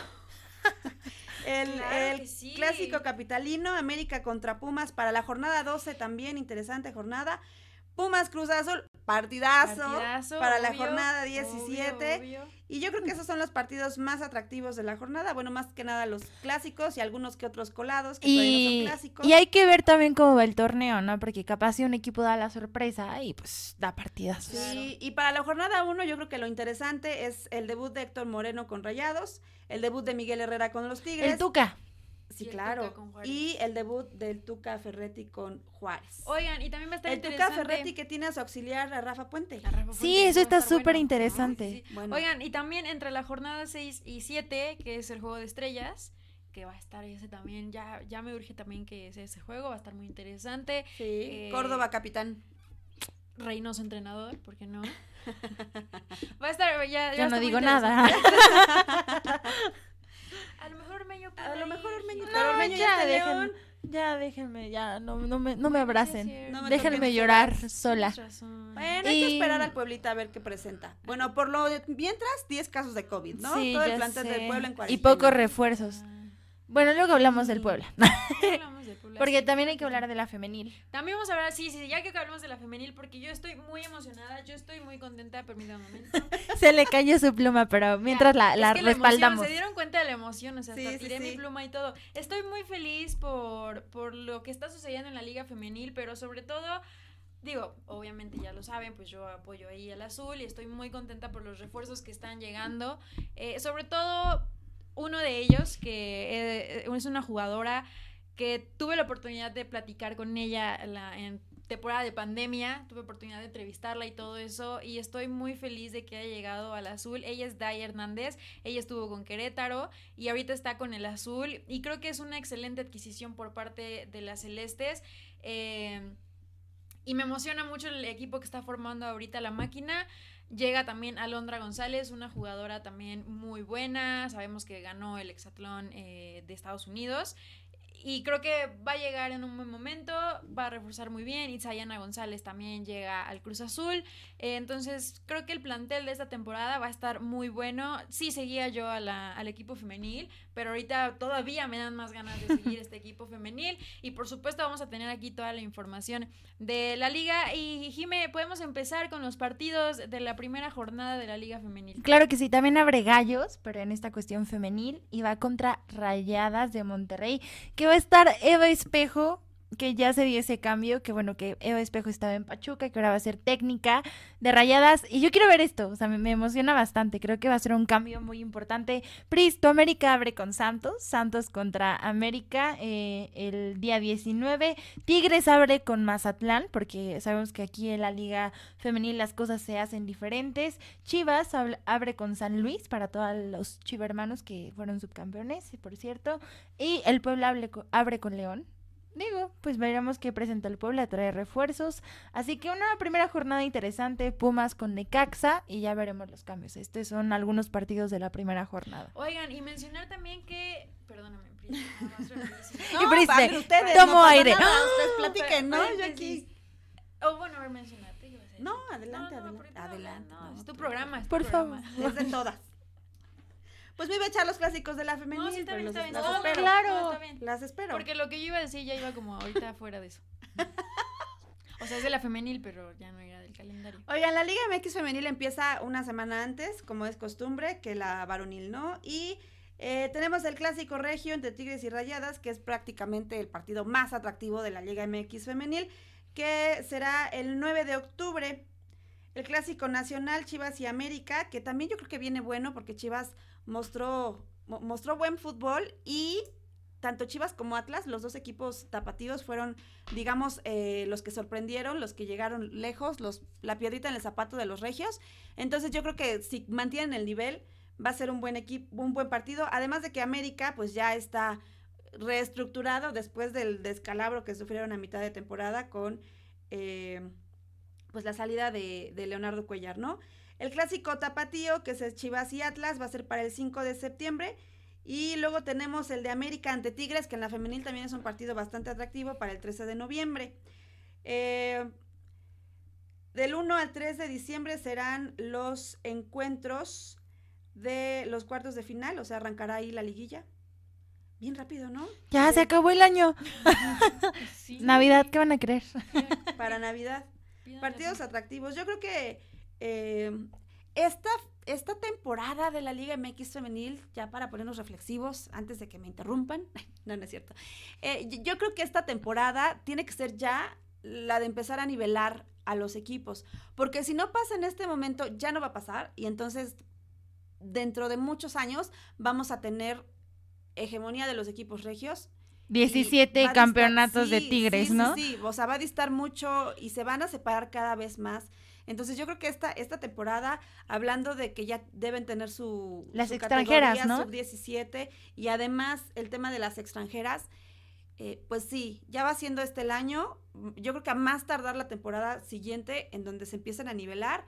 El, Claro el que sí. clásico capitalino, América contra Pumas para la jornada doce también, interesante jornada. Pumas Cruz Azul, partidazo, Partidazo, para la obvio, jornada diecisiete. obvio, obvio. Y yo creo que esos son los partidos más atractivos de la jornada. Bueno, más que nada los clásicos y algunos que otros colados que todavía no son Y, clásicos. y hay que ver también cómo va el torneo, ¿no? Porque capaz si un equipo da la sorpresa y pues da partidazos. Sí, y para la jornada uno yo creo que lo interesante es el debut de Héctor Moreno con Rayados, el debut de Miguel Herrera con los Tigres. El Tuca. Sí, Y el claro. Tuca con Juárez. Y el debut del Tuca Ferretti con Juárez. Oigan, y también va a estar el Tuca interesante. Ferretti que tiene a su auxiliar a Rafa Puente. A Rafa Sí, Puente, eso va a está estar súper bueno. interesante. Sí, sí. Bueno. Oigan, y también entre la jornada seis y siete, que es el juego de estrellas, que va a estar ese también, ya, ya me urge también que sea ese juego, va a estar muy interesante. Sí, Eh, Córdoba capitán. Reynoso entrenador, ¿por qué no? Va a estar, ya, ya Yo está no muy digo interesante. nada. A lo mejor Ormeño A puede lo mejor ir, Ormeño, sí. pero No, Ormeño ya ya, está en dejen- León. Ya, déjenme, ya, no, no me, no me abracen. Sí, es cierto. No me Déjenme toquen llorar solas. sola. Tienes razón. Bueno, hay que Y- esperar al Pueblita a ver qué presenta. Bueno, por lo de- mientras, diez casos de COVID, ¿no? Sí, Todo el ya plantel del sé. Puebla en Y cuarentena. pocos refuerzos. Ah, Bueno, luego hablamos del Sí. Puebla. ya hablamos de Puebla, Porque sí. también hay que hablar de la femenil. También vamos a hablar, sí, sí, ya que hablamos de la femenil, porque yo estoy muy emocionada, yo estoy muy contenta, permítame un momento. Se le cayó su pluma, pero mientras la, Es la que la emoción, respaldamos. se dieron cuenta de la emoción, o sea, hasta Sí, sí, tiré mi sí. pluma y todo. Estoy muy feliz por, por lo que está sucediendo en la liga femenil, pero sobre todo, digo, obviamente ya lo saben, pues yo apoyo ahí al azul y estoy muy contenta por los refuerzos que están llegando. Eh, sobre todo, uno de ellos, que eh, es una jugadora que tuve la oportunidad de platicar con ella en, la, en temporada de pandemia, tuve oportunidad de entrevistarla y todo eso, y estoy muy feliz de que haya llegado al azul. Ella es Day Hernández, ella estuvo con Querétaro y ahorita está con el azul, y creo que es una excelente adquisición por parte de las celestes. Eh, y me emociona mucho el equipo que está formando ahorita la máquina. Llega también Alondra González, una jugadora también muy buena. Sabemos que ganó el hexatlón eh, de Estados Unidos. Y creo que va a llegar en un buen momento, va a reforzar muy bien. Itzayana González también llega al Cruz Azul. Eh, entonces, creo que el plantel de esta temporada va a estar muy bueno. Sí seguía yo a la, al equipo femenil, pero ahorita todavía me dan más ganas de seguir este equipo femenil. Y por supuesto vamos a tener aquí toda la información de la liga. Y Jime, podemos empezar con los partidos de la primera jornada de la liga femenil. Claro que sí, también abre gallos, pero en esta cuestión femenil, y va contra Rayadas de Monterrey, que va a estar Eva Espejo, que ya se dio ese cambio, que bueno, que Eva Espejo estaba en Pachuca, que ahora va a ser técnica de Rayadas, y yo quiero ver esto, o sea, me, me emociona bastante, creo que va a ser un cambio muy importante. Pristo, América abre con Santos, Santos contra América eh, el día diecinueve, Tigres abre con Mazatlán, porque sabemos que aquí en la liga femenil las cosas se hacen diferentes, Chivas hab- abre con San Luis, para todos los chivermanos que fueron subcampeones, por cierto, y el Puebla abre con, abre con León. digo, pues veremos qué presenta el Puebla, trae refuerzos. Así que una primera jornada interesante, Pumas con Necaxa, y ya veremos los cambios. Estos son algunos partidos de la primera jornada. Oigan, y mencionar también que, perdóname, Pri, nada más rapidísimo. No, Y Prisce, padre, ustedes, tomo no pasa aire. nada, ustedes platiquen, ¿no? Yo Paréntesis. aquí. Oh, bueno, a ver, mencionate. ¿qué ibas a decir? No, adelante, No, no, adelante. porque tú Adelante. hablas, no, no, es tu tú- programa, es tu Por favor. programa. Es de todas. Pues me iba a echar los clásicos de la femenil, No, sí, está pero bien, los- está bien. las No, no, espero. claro. no, está bien. Las espero. Porque lo que yo iba a decir ya iba como ahorita fuera de eso. O sea, es de la femenil, pero ya no era del calendario. Oigan, la Liga M X femenil empieza una semana antes, como es costumbre, que la varonil, ¿no? Y eh, tenemos el clásico regio entre Tigres y Rayadas, que es prácticamente el partido más atractivo de la Liga M X femenil, que será el nueve de octubre. El clásico nacional Chivas y América, que también yo creo que viene bueno porque Chivas mostró, mo- mostró buen fútbol y tanto Chivas como Atlas, los dos equipos tapatíos fueron, digamos, eh, los que sorprendieron, los que llegaron lejos, los, la piedrita en el zapato de los regios. Entonces yo creo que si mantienen el nivel va a ser un buen equipo, un buen partido. Además de que América pues ya está reestructurado después del descalabro que sufrieron a mitad de temporada con eh, pues la salida de, de Leonardo Cuellar, ¿no? El clásico tapatío, que es Chivas y Atlas, va a ser para el cinco de septiembre. Y luego tenemos el de América ante Tigres, que en la femenil también es un partido bastante atractivo, para el trece de noviembre. Eh, del uno al tres de diciembre serán los encuentros de los cuartos de final, o sea, arrancará ahí la liguilla. Bien rápido, ¿no? Ya De- se acabó el año. Sí. Navidad, ¿qué van a creer? Para Navidad. Pidan Partidos la- atractivos. Yo creo que eh, esta, esta temporada de la Liga M X femenil, ya para ponernos reflexivos, antes de que me interrumpan, no, no es cierto. Eh, y- yo creo que esta temporada tiene que ser ya la de empezar a nivelar a los equipos, porque si no pasa en este momento, ya no va a pasar, y entonces dentro de muchos años vamos a tener hegemonía de los equipos regios. Y diecisiete va a distar- campeonatos de sí, Tigres, sí, sí, ¿no? Sí, o sea, va a distar mucho y se van a separar cada vez más. Entonces yo creo que esta, esta temporada, hablando de que ya deben tener su, Las su extranjeras, categoría ¿no? sub diecisiete y además el tema de las extranjeras, eh, pues sí, ya va siendo este el año. Yo creo que a más tardar la temporada siguiente en donde se empiezan a nivelar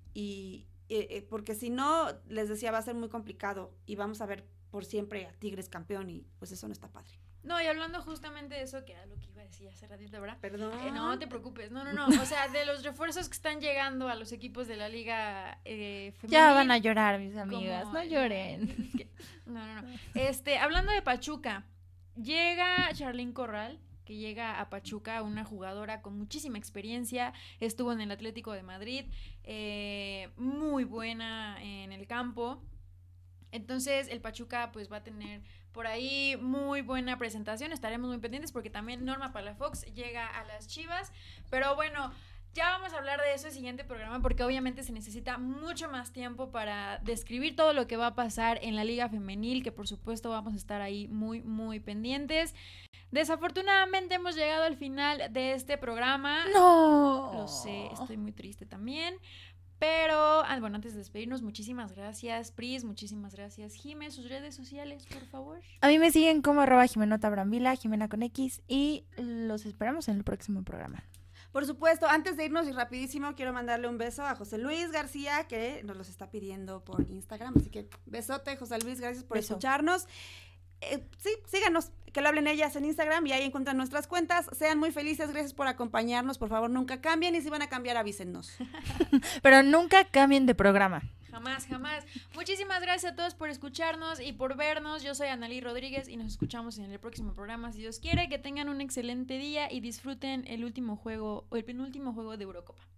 y eh, eh, porque si no, les decía, va a ser muy complicado y vamos a ver por siempre a Tigres campeón y pues eso no está padre. No, y hablando justamente de eso, que era lo que iba a decir hace ratito, ¿verdad? Perdón. Eh, no te preocupes, no, no, no. O sea, de los refuerzos que están llegando a los equipos de la liga eh, femenil. Ya van a llorar, mis como- amigas, no lloren. Es que- no, no, no. Este, hablando de Pachuca, llega Charlyn Corral, que llega a Pachuca, una jugadora con muchísima experiencia, estuvo en el Atlético de Madrid, eh, muy buena en el campo. Entonces el Pachuca pues va a tener por ahí muy buena presentación, estaremos muy pendientes porque también Norma Palafox llega a las Chivas, pero bueno, ya vamos a hablar de eso en el siguiente programa porque obviamente se necesita mucho más tiempo para describir todo lo que va a pasar en la Liga Femenil, que por supuesto vamos a estar ahí muy muy pendientes. Desafortunadamente hemos llegado al final de este programa. No. Lo sé, estoy muy triste también. Pero, ah, bueno, antes de despedirnos, muchísimas gracias, Pris, muchísimas gracias, Jime, sus redes sociales, por favor. A mí me siguen como arroba Jimenota Brambila, Jimena con X, y los esperamos en el próximo programa. Por supuesto, antes de irnos y rapidísimo, quiero mandarle un beso a José Luis García, que nos los está pidiendo por Instagram. Así que besote, José Luis, gracias por Beso. escucharnos. Eh, sí, síganos, que lo hablen ellas en Instagram y ahí encuentran nuestras cuentas. Sean muy felices, gracias por acompañarnos. Por favor, nunca cambien y si van a cambiar, avísennos. Pero nunca cambien de programa. Jamás, jamás. Muchísimas gracias a todos por escucharnos y por vernos. Yo soy Analí Rodríguez y nos escuchamos en el próximo programa, si Dios quiere. Que tengan un excelente día y disfruten el último juego, o el penúltimo juego de Eurocopa.